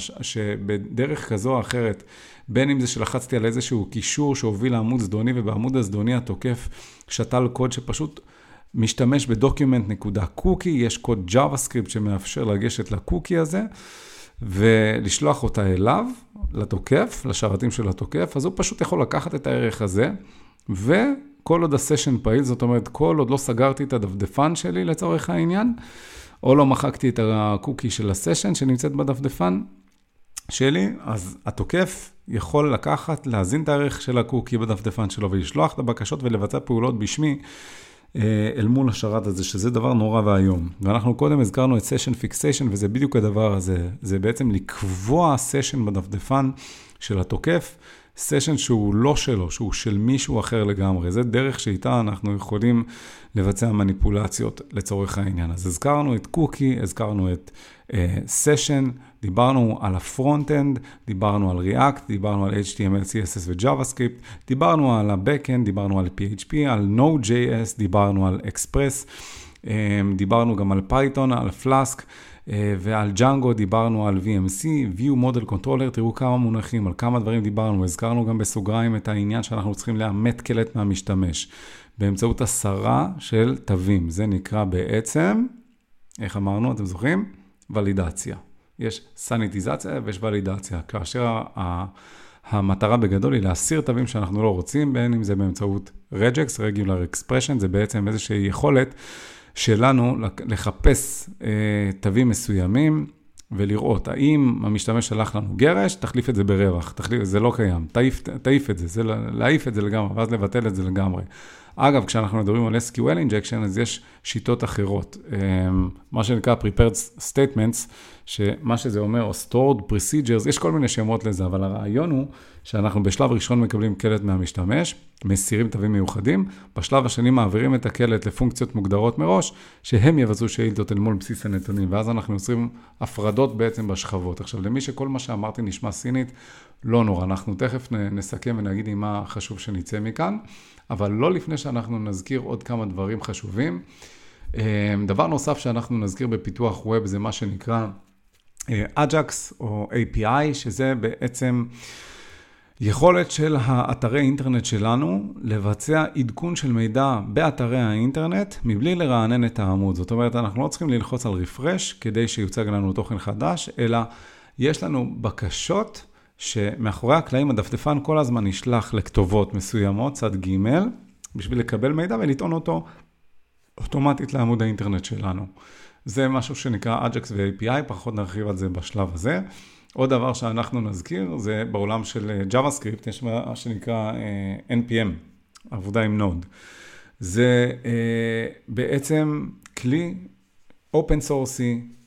שבדרך כזו או אחרת, בין אם זה שלחצתי על איזשהו קישור שהוביל לעמוד זדוני, ובעמוד הזדוני התוקף שתל קוד שפשוט משתמש בדוקיומנט.קוקי, יש קוד JavaScript שמאפשר לגשת לקוקי הזה, ולשלוח אותה אליו, לתוקף, לשרתים של התוקף, אז הוא פשוט יכול לקחת את הערך הזה, כל עוד הסשן פעיל, זאת אומרת, כל עוד לא סגרתי את הדפדפן שלי לצורך העניין, או לא מחקתי את הקוקי של הסשן שנמצאת בדפדפן שלי, אז התוקף יכול לקחת, להזין את הערך של הקוקי בדפדפן שלו, ולשלוח את הבקשות ולבצע פעולות בשמי, אל מול השרת הזה, שזה דבר נורא והיום. ואנחנו קודם הזכרנו את סשן פיקסיישן, וזה בדיוק הדבר הזה. זה בעצם לקבוע סשן בדפדפן של התוקף, סשן שהוא לא שלו, שהוא של מישהו אחר לגמרי. זה דרך שאיתה אנחנו יכולים לבצע מניפולציות לצורך העניין. אז הזכרנו את קוקי, הזכרנו את סשן, דיברנו על הפרונט-אנד, דיברנו על React, דיברנו על HTML, CSS ו-JavaScript, דיברנו על ה-Backend, דיברנו על PHP, על Node.js, דיברנו על Express, דיברנו גם על Python, על Flask, ועל Django דיברנו על VMC, View Model Controller, תראו כמה מונחים, על כמה דברים דיברנו, הזכרנו גם בסוגריים את העניין שאנחנו צריכים לאמת קלט מהמשתמש, באמצעות הסרה של תווים, זה נקרא בעצם, איך אמרנו, אתם זוכרים? ולידציה. יש סניטיזציה ויש ולידציה, כאשר המטרה בגדול היא להסיר תווים שאנחנו לא רוצים, בין אם זה באמצעות regex, regular expression, זה בעצם איזושהי יכולת שלנו לחפש תווים מסוימים ולראות, האם המשתמש שלח לנו גרש, תחליף את זה ברווח, זה לא קיים, תעיף את זה, להעיף את זה לגמרי, ואז לבטל את זה לגמרי. אגב, כשאנחנו מדברים על SQL injection, אז יש שיטות אחרות, מה שנקרא prepared statements, שמה שזה אומר, או stored procedures, יש כל מיני שמות לזה, אבל הרעיון הוא שאנחנו בשלב ראשון מקבלים קלט מהמשתמש, מסירים תווים מיוחדים, בשלב השני מעבירים את הקלט לפונקציות מוגדרות מראש, שהם יבצעו שאילתות אל מול בסיס הנתונים, ואז אנחנו יוצרים הפרדות בעצם בשכבות. עכשיו, למי שכל מה שאמרתי נשמע סינית, לא נורא, אנחנו תכף נסכם ונגיד עם מה חשוב שנצא מכאן, אבל לא לפני שאנחנו נזכיר עוד כמה דברים חשובים. דבר נוסף שאנחנו נזכיר בפיתוח ווב זה מה שנקרא Ajax או API, שזה בעצם יכולת של האתרי אינטרנט שלנו לבצע עדכון של מידע באתרי האינטרנט מבלי לרענן את העמוד. זאת אומרת, אנחנו לא צריכים ללחוץ על רפרש כדי שיוצג לנו תוכן חדש, אלא יש לנו בקשות שמאחורי הקלעים הדפדפן כל הזמן נשלח לכתובות מסוימות, צד ג', בשביל לקבל מידע ולטעון אותו אוטומטית לעמוד האינטרנט שלנו. זה משהו שנקרא Ajax ו-API, פחות נרחיב על זה בשלב הזה. עוד דבר שאנחנו נזכיר, זה בעולם של JavaScript, יש מה שנקרא NPM, עבודה עם נוד. זה בעצם כלי open source,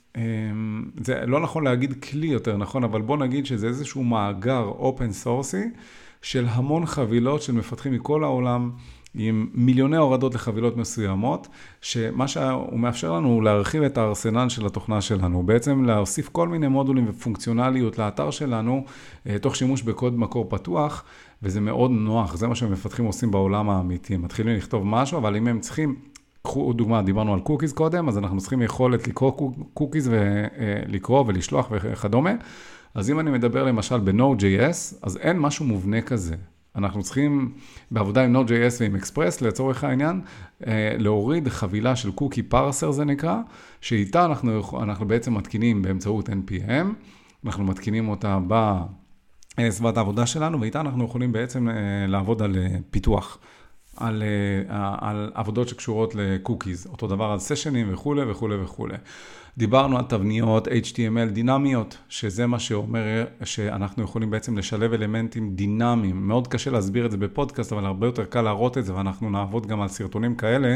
זה לא נכון להגיד כלי יותר נכון, אבל בוא נגיד שזה איזשהו מאגר open source של המון חבילות של מפתחים מכל העולם, עם מיליוני הורדות לחבילות מסוימות, שמה שהוא מאפשר לנו הוא להרחיב את הארסנל של התוכנה שלנו, בעצם להוסיף כל מיני מודולים ופונקציונליות לאתר שלנו, תוך שימוש בקוד מקור פתוח, וזה מאוד נוח, זה מה שמפתחים עושים בעולם האמיתי, מתחילים לכתוב משהו, אבל אם הם צריכים, קחו דוגמה, דיברנו על קוקיז קודם, אז אנחנו צריכים יכולת לקרוא קוקיז ולקרוא ולשלוח וכדומה, אז אם אני מדבר למשל ב-Node.js, אז אין משהו מובנה כזה. אנחנו צריכים בעבודה עם Node.js ועם Express, לצורך העניין, להוריד חבילה של קוקי פרסר זה נקרא, שאיתה אנחנו בעצם מתקינים באמצעות NPM, אנחנו מתקינים אותה בסביבת העבודה שלנו, ואיתה אנחנו יכולים בעצם לעבוד על פיתוח, על עבודות שקשורות לקוקיז, אותו דבר על סשנים וכו' וכו' וכו'. דיברנו על תבניות HTML דינמיות, שזה מה שאומר שאנחנו יכולים בעצם לשלב אלמנטים דינמיים. מאוד קשה להסביר את זה בפודקאסט, אבל הרבה יותר קל להראות את זה, ואנחנו נעבוד גם על סרטונים כאלה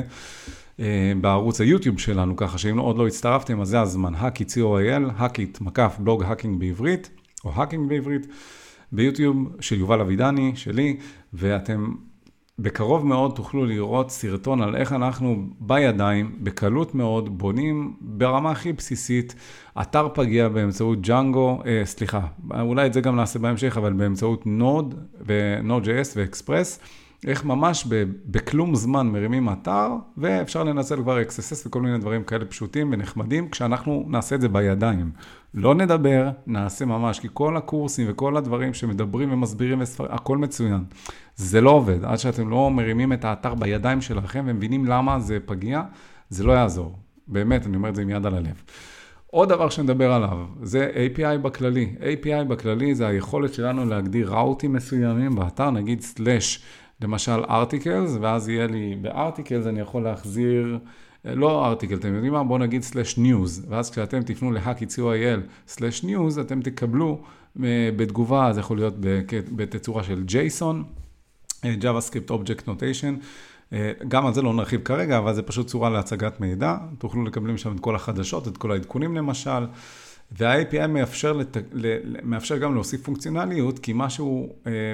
בערוץ היוטיוב שלנו, ככה שאם עוד לא הצטרפתם, אז זה הזמן, Hackit, Hackit, מקף, בלוג האקינג בעברית, או האקינג בעברית, ביוטיוב של יובל אבידני, שלי, ואתם בקרוב מאוד תוכלו לראות סרטון על איך אנחנו בידיים, בקלות מאוד, בונים ברמה הכי בסיסית, אתר פגיע באמצעות ג'אנגו, אולי את זה גם נעשה בהמשך, אבל באמצעות נוד ו-Node.js ו-Express, איך ממש בכלום זמן מרימים אתר, ואפשר לנצל כבר XSS וכל מיני דברים כאלה פשוטים ונחמדים, כשאנחנו נעשה את זה בידיים. לא נדבר, נעשה ממש, כי כל הקורסים וכל הדברים שמדברים ומסבירים, הכל מצוין. זה לא עובד, עד שאתם לא מרימים את האתר בידיים שלכם, ומבינים למה זה פגיע, זה לא יעזור. באמת, אני אומר את זה עם יד על הלב. עוד דבר שנדבר עליו, זה API בכללי. API בכללי זה היכולת שלנו להגדיר ראוטים מסוימים באתר, נגיד למשל articles, ואז יהיה לי ב-articles אני יכול להחזיר, לא article, אתם יודעים מה? בואו נגיד /news, ואז כשאתם תפנו ל-hackit.co.il/news, אתם תקבלו בתגובה, זה יכול להיות בתצורה של JSON, JavaScript Object Notation, גם על זה לא נרחיב כרגע, אבל זה פשוט צורה להצגת מידע, תוכלו לקבל שם את כל החדשות, את כל העדכונים למשל, וה-API מאפשר גם להוסיף פונקציונליות, כי מה שהוא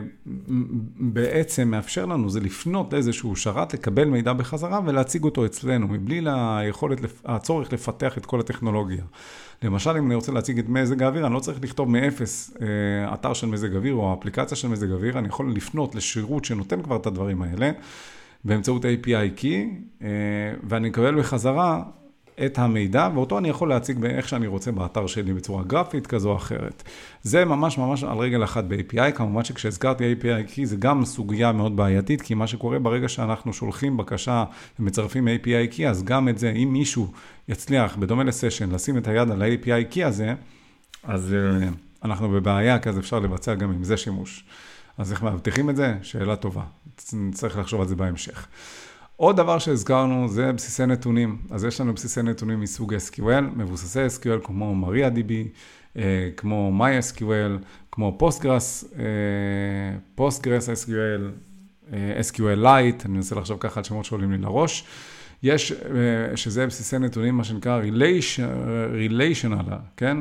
בעצם מאפשר לנו זה לפנות לאיזשהו שרת, לקבל מידע בחזרה ולהציג אותו אצלנו, מבלי הצורך לפתח את כל הטכנולוגיה. למשל, אם אני רוצה להציג את מזג האוויר, אני לא צריך לכתוב מאפס אתר של מזג אוויר או אפליקציה של מזג אוויר, אני יכול לפנות לשירות שנותן כבר את הדברים האלה, באמצעות API Key, ואני מקבל בחזרה את המידע, ואותו אני יכול להציג באיך שאני רוצה באתר שלי, בצורה גרפית כזו או אחרת. זה ממש על רגל אחת ב-API, כמובן שכשהזכרתי API Key, זה גם סוגיה מאוד בעייתית, כי מה שקורה ברגע שאנחנו שולחים בקשה ומצרפים API Key, אז גם את זה, אם מישהו יצליח, בדומה לסשן, לשים את היד על ה-API Key הזה, אז אנחנו בבעיה, כי אז אפשר לבצע גם עם זה שימוש. אז איך מבטיחים את זה? שאלה טובה. צריך לחשוב על זה בהמשך. עוד דבר שהזכרנו זה בסיסי נתונים. אז יש לנו בסיסי נתונים מסוג SQL, מבוססי SQL כמו MariaDB, כמו MySQL, כמו Postgres SQL, SQLite, אני מנסה לחשוב ככה על שמות שעולים לי לראש. יש, שזה בסיסי נתונים, מה שנקרא relational, כן?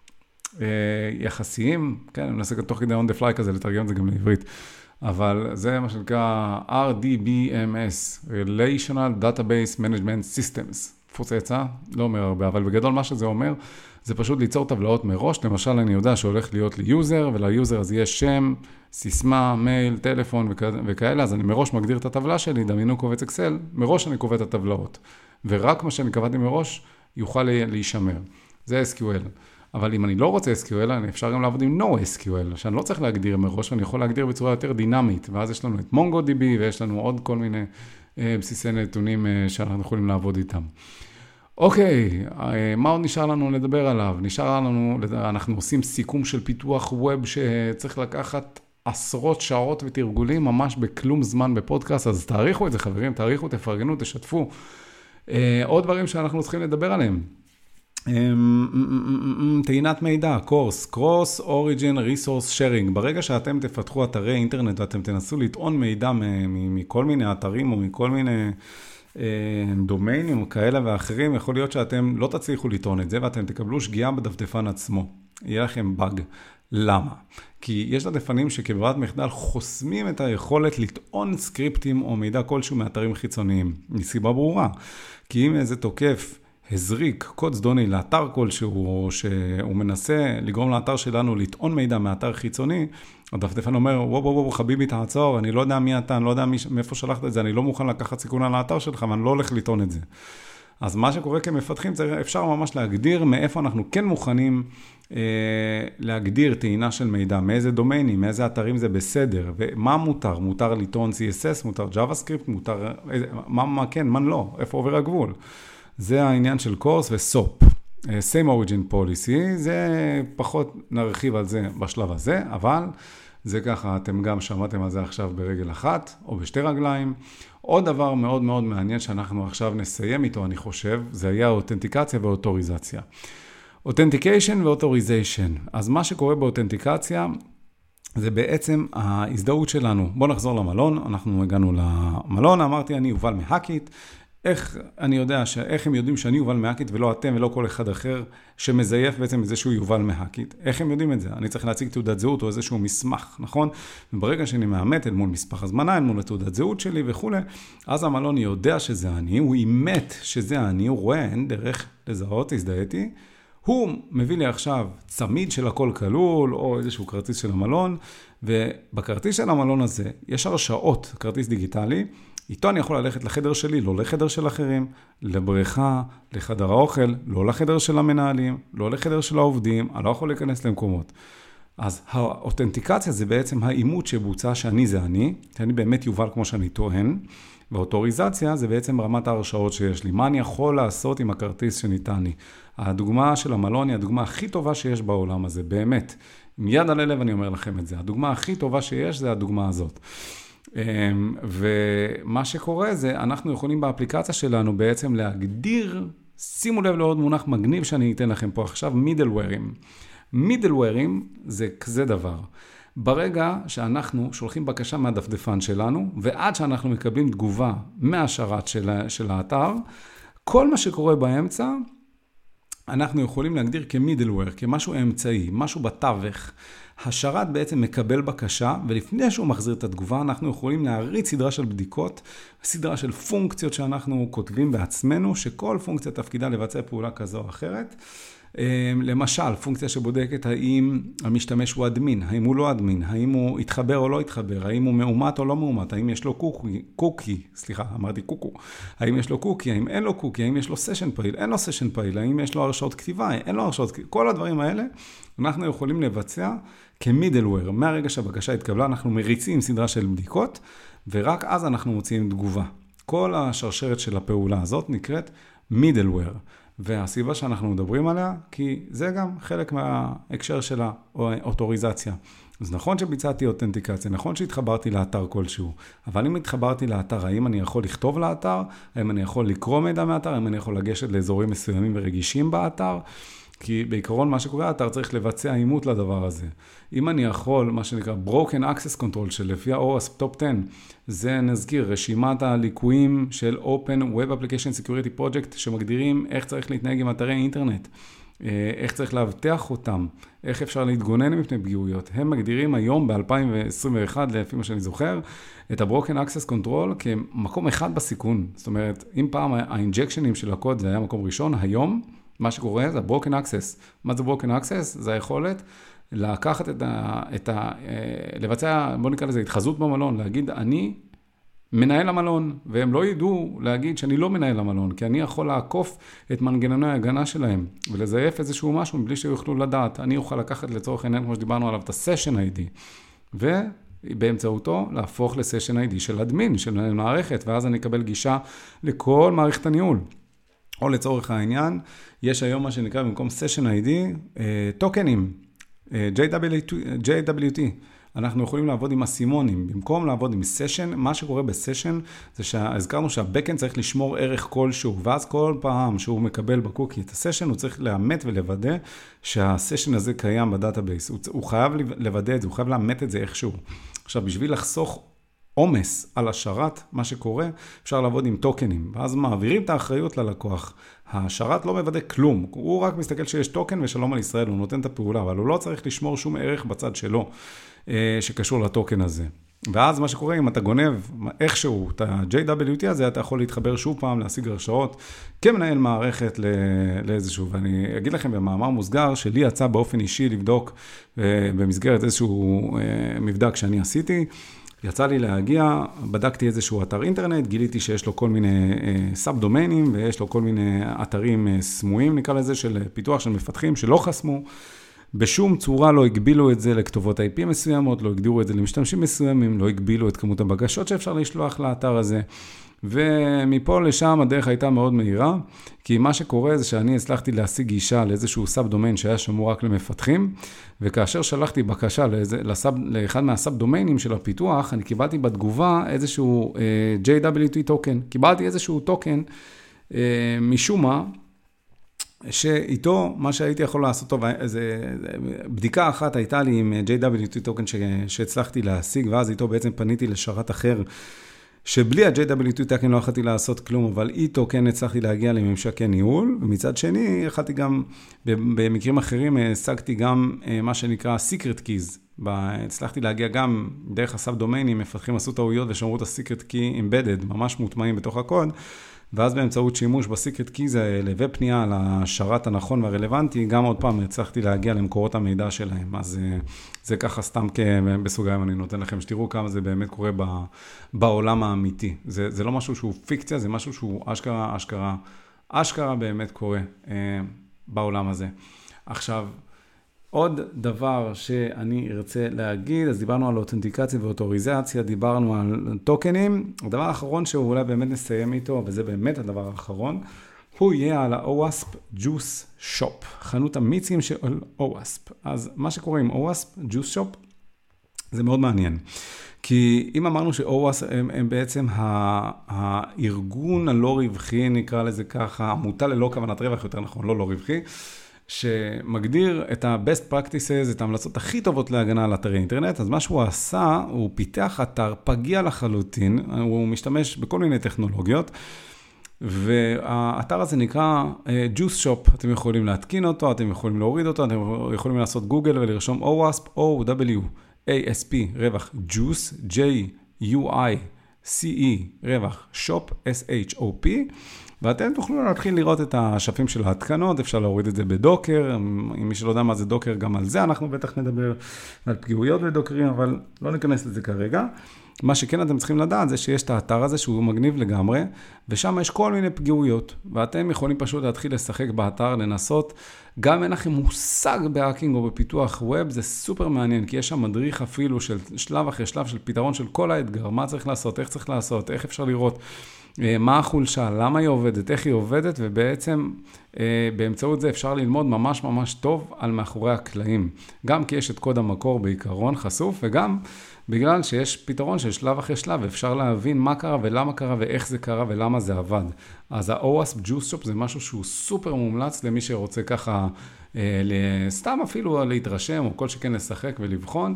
יחסיים, כן? אני מנסה תוך כדי on the fly כזה לתרגם את זה גם לעברית. אבל זה מה שנקרא RDBMS, Relational Database Management Systems. פוצצה, לא אומר הרבה, אבל בגדול מה שזה אומר, זה פשוט ליצור טבלאות מראש. למשל, אני יודע שהולך להיות לי יוזר, וליוזר אז יש שם, סיסמה, מייל, טלפון וכאלה, אז אני מראש מגדיר את הטבלה שלי, דמיינו קובץ אקסל, מראש אני קובע את הטבלאות. ורק מה שאני קבעתי מראש יוכל להישמר. זה SQL. אבל אם אני לא רוצה SQL, אני אפשר גם לעבוד עם NoSQL, שאני לא צריך להגדיר מראש, ואני יכול להגדיר בצורה יותר דינמית, ואז יש לנו את MongoDB, ויש לנו עוד כל מיני בסיסי נתונים שאנחנו יכולים לעבוד איתם. אוקיי, מה עוד נשאר לנו לדבר עליו? נשאר לנו, אנחנו עושים סיכום של פיתוח ווב, שצריך לקחת עשרות שעות ותרגולים, ממש בכלום זמן בפודקאסט, אז תאריכו את זה חברים, תאריכו, תפרגנו, תשתפו. עוד דברים שאנחנו צריכים לדבר עליהם. טעינת מידע, Cross Origin Resource Sharing. ברגע שאתם תפתחו אתרי אינטרנט ואתם תנסו לטעון מידע מכל מיני אתרים או מכל מיני דומיינים כאלה ואחרים, יכול להיות שאתם לא תצליחו לטעון את זה ואתם תקבלו שגיאה בדפדפן עצמו. יהיה לכם באג. למה? כי יש דפדפנים שכברירת מחדל חוסמים את היכולת לטעון סקריפטים או מידע כלשהו מאתרים חיצוניים. מסיבה ברורה. כי אם איזה תוקף הזריק קוד זדוני לאתר כלשהו, או שהוא מנסה לגרום לאתר שלנו לטעון מידע מאתר חיצוני, הדפדפן אומר, וואו, חביבי תעצור, אני לא יודע מי אתה, אני לא יודע מאיפה שלחת את זה, אני לא מוכן לקחת סיכון על האתר שלך, ואני לא הולך לטעון את זה. אז מה שקורה כמפתחים, אפשר ממש להגדיר מאיפה אנחנו כן מוכנים להגדיר טעינה של מידע, מאיזה דומיינים, מאיזה אתרים זה בסדר, ומה מותר? מותר לטעון CSS, מותר JavaScript, מותר, מה כן, מה לא, איפה עובר הגבול? זה העניין של קורס וסופ. Same Origin Policy, זה פחות נרחיב על זה בשלב הזה, אבל זה ככה, אתם גם שמעתם על זה עכשיו ברגל אחת, או בשתי רגליים. עוד דבר מאוד מאוד מעניין שאנחנו עכשיו נסיים איתו, אני חושב, זה היה אותנטיקציה ואוטוריזציה. Authentication ואוטוריזיישן. אז מה שקורה באותנטיקציה, זה בעצם ההזדהות שלנו. בואו נחזור למלון, אנחנו הגענו למלון, אמרתי אני יובל מהקיט, איך אני יודע, איך הם יודעים שאני יובל מהקיט ולא אתם ולא כל אחד אחר שמזייף בעצם איזשהו יובל מהקיט? איך הם יודעים את זה? אני צריך להציג תעודת זהות או איזשהו מסמך, נכון? וברגע שאני מאמת אל מול מסמך הזמנה, אל מול התעודת זהות שלי וכו', אז המלון יודע שזה אני, הוא אימת שזה אני, הוא רואה, אין דרך לזהות, הזדהיתי, הוא מביא לי עכשיו צמיד של הכל כלול או איזשהו כרטיס של המלון, ובכרטיס של המלון הזה יש הרשאות, כרטיס דיגיטלי, איתו אני יכול ללכת לחדר שלי, לא לחדר של אחרים, לבריכה, לחדר האוכל, לא לחדר של המנהלים, לא לחדר של העובדים, אני לא יכול להיכנס למקומות. אז האותנטיקציה זה בעצם האימות שבוצע שאני זה אני, שאני באמת יובל כמו שאני טוען, והאוטוריזציה זה בעצם רמת ההרשאות שיש לי. מה אני יכול לעשות עם הכרטיס שניתן לי? הדוגמה של המלון היא הדוגמה הכי טובה שיש בעולם הזה, באמת. עם יד על הלב אני אומר לכם את זה. הדוגמה הכי טובה שיש זה הדוגמה הזאת. ומה שקורה זה, אנחנו יכולים באפליקציה שלנו בעצם להגדיר, שימו לב לעוד מונח מגניב שאני אתן לכם פה עכשיו, מידלוורים. מידלוורים זה כזה דבר. ברגע שאנחנו שולחים בקשה מהדפדפן שלנו, ועד שאנחנו מקבלים תגובה מהשרת של האתר, כל מה שקורה באמצע, אנחנו יכולים להגדיר כמידלוור, כמשהו אמצעי, משהו בתווך. השרת בעצם מקבל בקשה, ולפני שהוא מחזיר את התגובה, אנחנו יכולים להריץ סדרה של בדיקות, סדרה של פונקציות שאנחנו כותבים בעצמנו, שכל פונקציה תפקידה לבצע פעולה כזו או אחרת. למשל, פונקציה שבודקת האם המשתמש הוא אדמין, האם הוא לא אדמין, האם הוא התחבר או לא התחבר, האם הוא מאומת או לא מאומת, האם יש לו קוקי, האם יש לו קוקי, האם אין לו קוקי, האם יש לו סשן פעיל, אין לו סשן פעיל, האם יש לו הרשאות כתיבה, אין לו הרשאות כתיבה, כל הדברים האלה אנחנו יכולים לבצע כמידלוור. מהרגע שהבקשה התקבלה, אנחנו מריצים סדרה של בדיקות, ורק אז אנחנו מוציאים תגובה. כל השרשרת של הפעולה הזאת נקראת מידלוור. והסיבה שאנחנו מדברים עליה, כי זה גם חלק מההקשר של האוטוריזציה. אז נכון שביצעתי אותנטיקציה, נכון שהתחברתי לאתר כלשהו, אבל אם התחברתי לאתר, האם אני יכול לכתוב לאתר, האם אני יכול לקרוא מידע מאתר, האם אני יכול לגשת לאזורים מסוימים ורגישים באתר, כי בעיקרון מה שקורה, האתר צריך לבצע אימות לדבר הזה. אם אני יכול, מה שנקרא Broken Access Control, שלפי ה-OWASP Top 10, זה נזכיר, רשימת הליקויים של Open Web Application Security Project, שמגדירים איך צריך להתנהג עם אתרי אינטרנט, איך צריך להבטח אותם, איך אפשר להתגונן מפני פגיעויות. הם מגדירים היום ב-2021, לפי מה שאני זוכר, את ה-Broken Access Control כמקום אחד בסיכון. זאת אומרת, אם פעם האינג'קשנים של הקוד זה היה מקום ראשון, היום מה שקורה זה Broken Access. מה זה Broken Access? זה היכולת לקחת לבצע, בוא נקרא לזה, התחזות במלון, להגיד, אני מנהל המלון, והם לא ידעו להגיד שאני לא מנהל המלון, כי אני יכול לעקוף את מנגנוני ההגנה שלהם, ולזייף איזשהו משהו מבלי שיוכלו לדעת. אני אוכל לקחת לצורך העניין, כמו שדיברנו עליו, את ה-Session ID, ובאמצעותו להפוך ל-Session ID של אדמין, של מערכת, ואז אני אקבל גישה לכל מערכת הניהול. או לצורך העניין, יש היום מה שנקרא במקום Session ID, טוקנים, JWT. אנחנו יכולים לעבוד עם הסימונים. במקום לעבוד עם Session, מה שקורה ב-Session זה שהזכרנו שה-Backend צריך לשמור ערך כלשהו, ואז כל פעם שהוא מקבל בקוקי את ה-Session, הוא צריך לאמת ולוודא שה-Session הזה קיים בדאטאבייס. הוא חייב לוודא את זה, הוא חייב לאמת את זה איכשהו. עכשיו, בשביל לחסוך עומס על השרת, מה שקורה, אפשר לעבוד עם טוקנים, ואז מעבירים את האחריות ללקוח. השרת לא מוודא כלום, הוא רק מסתכל שיש טוקן ושלום על ישראל, הוא נותן את הפעולה, אבל הוא לא צריך לשמור שום ערך בצד שלו, שקשור לטוקן הזה. ואז מה שקורה, אם אתה גונב איכשהו את ה-JWT הזה, אתה יכול להתחבר שוב פעם, להשיג הרשאות, כמנהל מערכת לאיזשהו, ואני אגיד לכם במאמר מוסגר, שלי יצא באופן אישי לבדוק במסגרת איזשהו מבדק שאני עשיתי, יצא לי להגיע, בדקתי איזשהו אתר אינטרנט, גיליתי שיש לו כל מיני סאב-דומיינים, ויש לו כל מיני אתרים סמויים, נקרא לזה, של פיתוח של מפתחים שלא חסמו. בשום צורה לא הגבילו את זה לכתובות IP מסוימות, לא הגדירו את זה למשתמשים מסוימים, לא הגבילו את כמות הבקשות שאפשר לשלוח לאתר הזה. ומפה לשם הדרך הייתה מאוד מהירה, כי מה שקורה זה שאני הצלחתי להשיג גישה לאיזשהו סאב-דומיין שהיה שמור רק למפתחים, וכאשר שלחתי בקשה לאחד מהסאב דומיינים של הפיתוח, אני קיבלתי בתגובה איזשהו JWT טוקן. קיבלתי איזשהו טוקן משום מה, שאיתו מה שהייתי יכול לעשות טוב, בדיקה אחת הייתה לי עם JWT טוקן שהצלחתי להשיג, ואז איתו בעצם פניתי לשרת אחר, שבלי ה-JWT טוקן לא יכולתי לעשות כלום, אבל איתו כן הצלחתי להגיע לממשקי ניהול, ומצד שני יכולתי גם, במקרים אחרים, השגתי גם מה שנקרא Secret Keys, הצלחתי להגיע גם דרך הסאב דומיינים, מפתחים עשו טעויות ושמרו את ה-Secret Key Embedded, ממש מוטמעים בתוך הקוד, ואז באמצעות שימוש ב-Secret Keys האלה ופנייה לשרת הנכון והרלוונטי, גם עוד פעם הצלחתי להגיע למקורות המידע שלהם. אז זה ככה סתם בסוגריים, אני נותן לכם שתראו כמה זה באמת קורה בעולם האמיתי. זה לא משהו שהוא פיקציה, זה משהו שהוא אשכרה באמת קורה בעולם הזה. עכשיו, עוד דבר שאני ארצה להגיד, אז דיברנו על אותנטיקציה ואוטוריזציה, דיברנו על טוקנים. הדבר האחרון שאולי באמת נסיים איתו, וזה באמת הדבר האחרון, הוא יהיה על ה-OWASP Juice Shop, חנות המיצים של OWASP. אז מה שקורה עם OWASP Juice Shop, זה מאוד מעניין. כי אם אמרנו ש-OWASP הם בעצם הארגון הלא רווחי, נקרא לזה ככה, עמותה ללא כוונת רווח, יותר נכון, לא רווחי, שמגדיר את ה-best practices, את ההמלצות הכי טובות להגנה על אתרי אינטרנט, אז מה שהוא עשה, הוא פיתח אתר פגיע לחלוטין, הוא משתמש בכל מיני טכנולוגיות, והאתר הזה נקרא Juice Shop, אתם יכולים להתקין אותו, אתם יכולים להוריד אותו, אתם יכולים לעשות גוגל ולרשום OWASP, O-W-A-S-P, רווח Juice, J-U-I-C-E, רווח Shop, S-H-O-P, ואתם תוכלו להתחיל לראות את השפים של ההתקנות, אפשר להוריד את זה בדוקר, אם מי שלא יודע מה זה דוקר, גם על זה אנחנו בטח נדבר, על פגיעויות בדוקרים, אבל לא ניכנס לזה כרגע. מה שכן אתם צריכים לדעת זה שיש את האתר הזה שהוא מגניב לגמרי, ושם יש כל מיני פגיעויות, ואתם יכולים פשוט להתחיל לשחק באתר, לנסות, גם אם אין לכם מושג בהאקינג או בפיתוח ווב, זה סופר מעניין, כי יש שם מדריך אפילו של שלב אחרי שלב של פתרון של כל האתגר, מה צריך לעשות, איך צריך לעשות, איך אפשר לראות, מה החולשה, למה היא עובדת, איך היא עובדת, ובעצם באמצעות זה אפשר ללמוד ממש ממש טוב על מאחורי הקלעים. גם כי יש את קוד המקור בעיקרון חשוף, וגם בגלל שיש פתרון של שלב אחרי שלב, אפשר להבין מה קרה ולמה קרה ואיך זה קרה ולמה זה עבד. אז ה-OWASP Juice Shop זה משהו שהוא סופר מומלץ למי שרוצה ככה, סתם אפילו להתרשם או כל שכן לשחק ולבחון.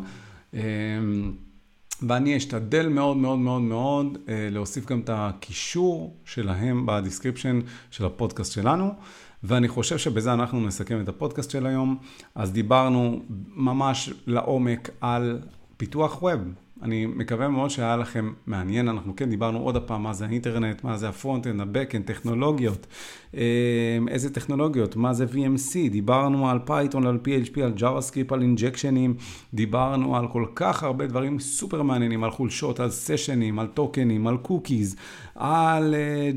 ואני אשתדל מאוד מאוד מאוד מאוד להוסיף גם את הקישור שלהם בדיסקריפשן של הפודקאסט שלנו, ואני חושב שבזה אנחנו נסכם את הפודקאסט של היום. אז דיברנו ממש לעומק על פיתוח ווב. אני מקווה מאוד שהיה לכם מעניין. אנחנו כן דיברנו עוד הפעם מה זה האינטרנט, מה זה הפרונט-אנד, הבק-אנד, טכנולוגיות, איזה טכנולוגיות, מה זה VMC, דיברנו על פייתון, על PHP, על JavaScript, על אינג'קשנים, דיברנו על כל כך הרבה דברים סופר מעניינים, על חולשות, על סשנים, על טוקנים, על קוקיז, על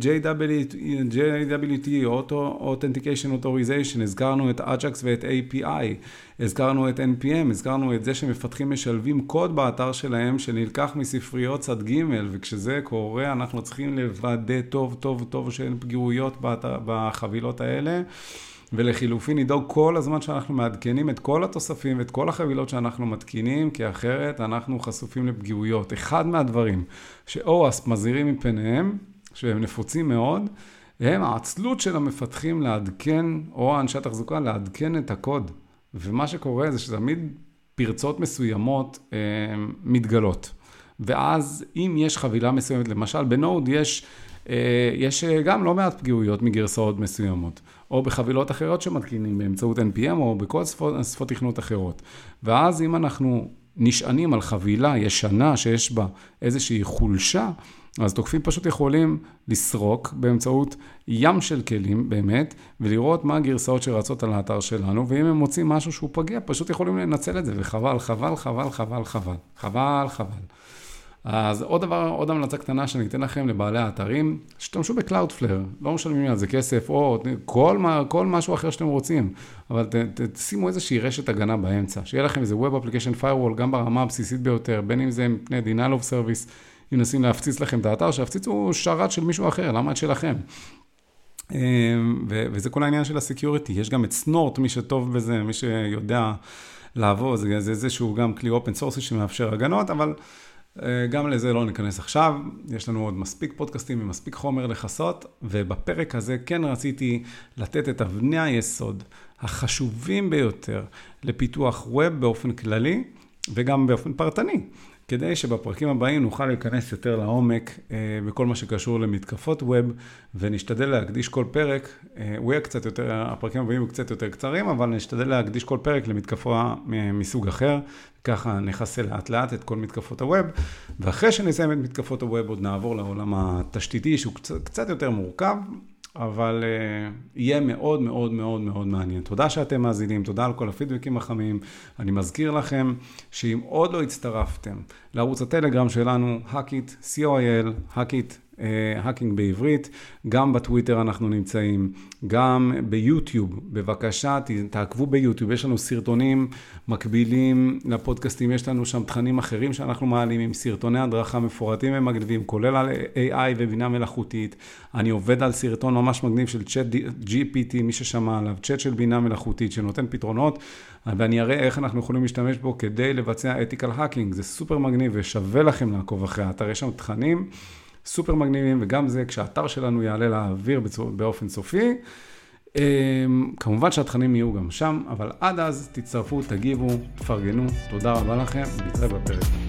JWT, Authentication Authorization, הזכרנו את Ajax ואת API, הזכרנו את NPM, הזכרנו את זה שמפתחים משלבים קוד באתר שלהם שנלקח מספריות צד ג', וכשזה קורה אנחנו צריכים לוודא טוב טוב טוב שאין פגיעויות בחבילות האלה, ולחילופין נדאוג כל הזמן שאנחנו מעדכנים את כל התוספים ואת כל החבילות שאנחנו מתקינים, כי אחרת אנחנו חשופים לפגיעויות. אחד מהדברים ש-OWASP מזהירים מפניהם, שהם נפוצים מאוד, הם העצלות של המפתחים לעדכן, או אנשי התחזוקה לעדכן את הקוד. ומה שקורה זה שתמיד פרצות מסוימות מתגלות. ואז אם יש חבילה מסוימת, למשל בנוד יש גם לא מעט פגיעויות מגרסאות מסוימות, או בחבילות אחרות שמתקינים באמצעות NPM, או בכל שפות תכנות אחרות. ואז אם אנחנו נשענים על חבילה ישנה שיש בה איזושהי חולשה, אז תוקפים פשוט יכולים לסרוק באמצעות ים של כלים באמת, ולראות מה הגרסאות שרצות על האתר שלנו, ואם הם מוצאים משהו שהוא פגיע, פשוט יכולים לנצל את זה, וחבל, חבל, חבל, חבל, חבל, חבל, חבל. אז עוד המלצה קטנה שאני אתן לכם לבעלי האתרים, שתמשו בקלאודפלר, לא משלמים על זה כסף, או כל משהו אחר שאתם רוצים, אבל תשימו איזושהי רשת הגנה באמצע, שיהיה לכם איזה Web Application Firewall, גם ברמה הבסיסית ביותר, בין אם זה מפני Denial of Service, ינסים להפציץ לכם את האתר, שהפציץ הוא שרת של מישהו אחר, למה את שלכם? וזה כל העניין של הסקיוריטי, יש גם את סנורט, מי שטוב בזה, מי שיודע לעבוד, זה איזשהו גם כלי אופן סורסי שמאפשר הגנות, אבל גם לזה לא ניכנס עכשיו, יש לנו עוד מספיק פודקאסטים ומספיק חומר לחסות, ובפרק הזה כן רציתי לתת את אבני היסוד החשובים ביותר לפיתוח ווב באופן כללי, וגם באופן פרטני, כדי שבפרקים הבאים נוכל להיכנס יותר לעומק בכל מה שקשור למתקפות ווב, ונשתדל להקדיש כל פרק, הוא יהיה קצת יותר, הפרקים הבאים הוא קצת יותר קצרים, אבל נשתדל להקדיש כל פרק למתקפה מסוג אחר, ככה נחסה לאט לאט את כל מתקפות הווב, ואחרי שנסיים את מתקפות הווב עוד נעבור לעולם התשתיתי שהוא קצת יותר מורכב, אבל יהיה מאוד מאוד מאוד מאוד מעניין. תודה שאתם מאזינים, תודה על כל הפידבקים החמים. אני מזכיר לכם שאם עוד לא הצטרפתם לערוץ הטלגרם שלנו, Hackit, COIL, Hackit האקינג בעברית, גם בטוויטר אנחנו נמצאים, גם ביוטיוב, בבקשה, תעקבו ביוטיוב, יש לנו סרטונים מקבילים לפודקאסטים, יש לנו שם תכנים אחרים שאנחנו מעלים עם סרטוני הדרכה מפורטים ומגניבים, כולל על AI ובינה מלאכותית. אני עובד על סרטון ממש מגניב של צ'אט GPT, מי ששמע עליו, צ'אט של בינה מלאכותית שנותן פתרונות, ואני אראה איך אנחנו יכולים להשתמש בו כדי לבצע ethical hacking. זה סופר מגניב ושווה לכם לעקוב אחרי האתר, יש שם תכנים סופר מגניבים, וגם זה כשהאתר שלנו יעלה לאוויר באופן סופי. כמובן שהתכנים יהיו גם שם, אבל עד אז תצטרפו, תגיבו, תפרגנו. תודה רבה לכם, נתראה בפרק.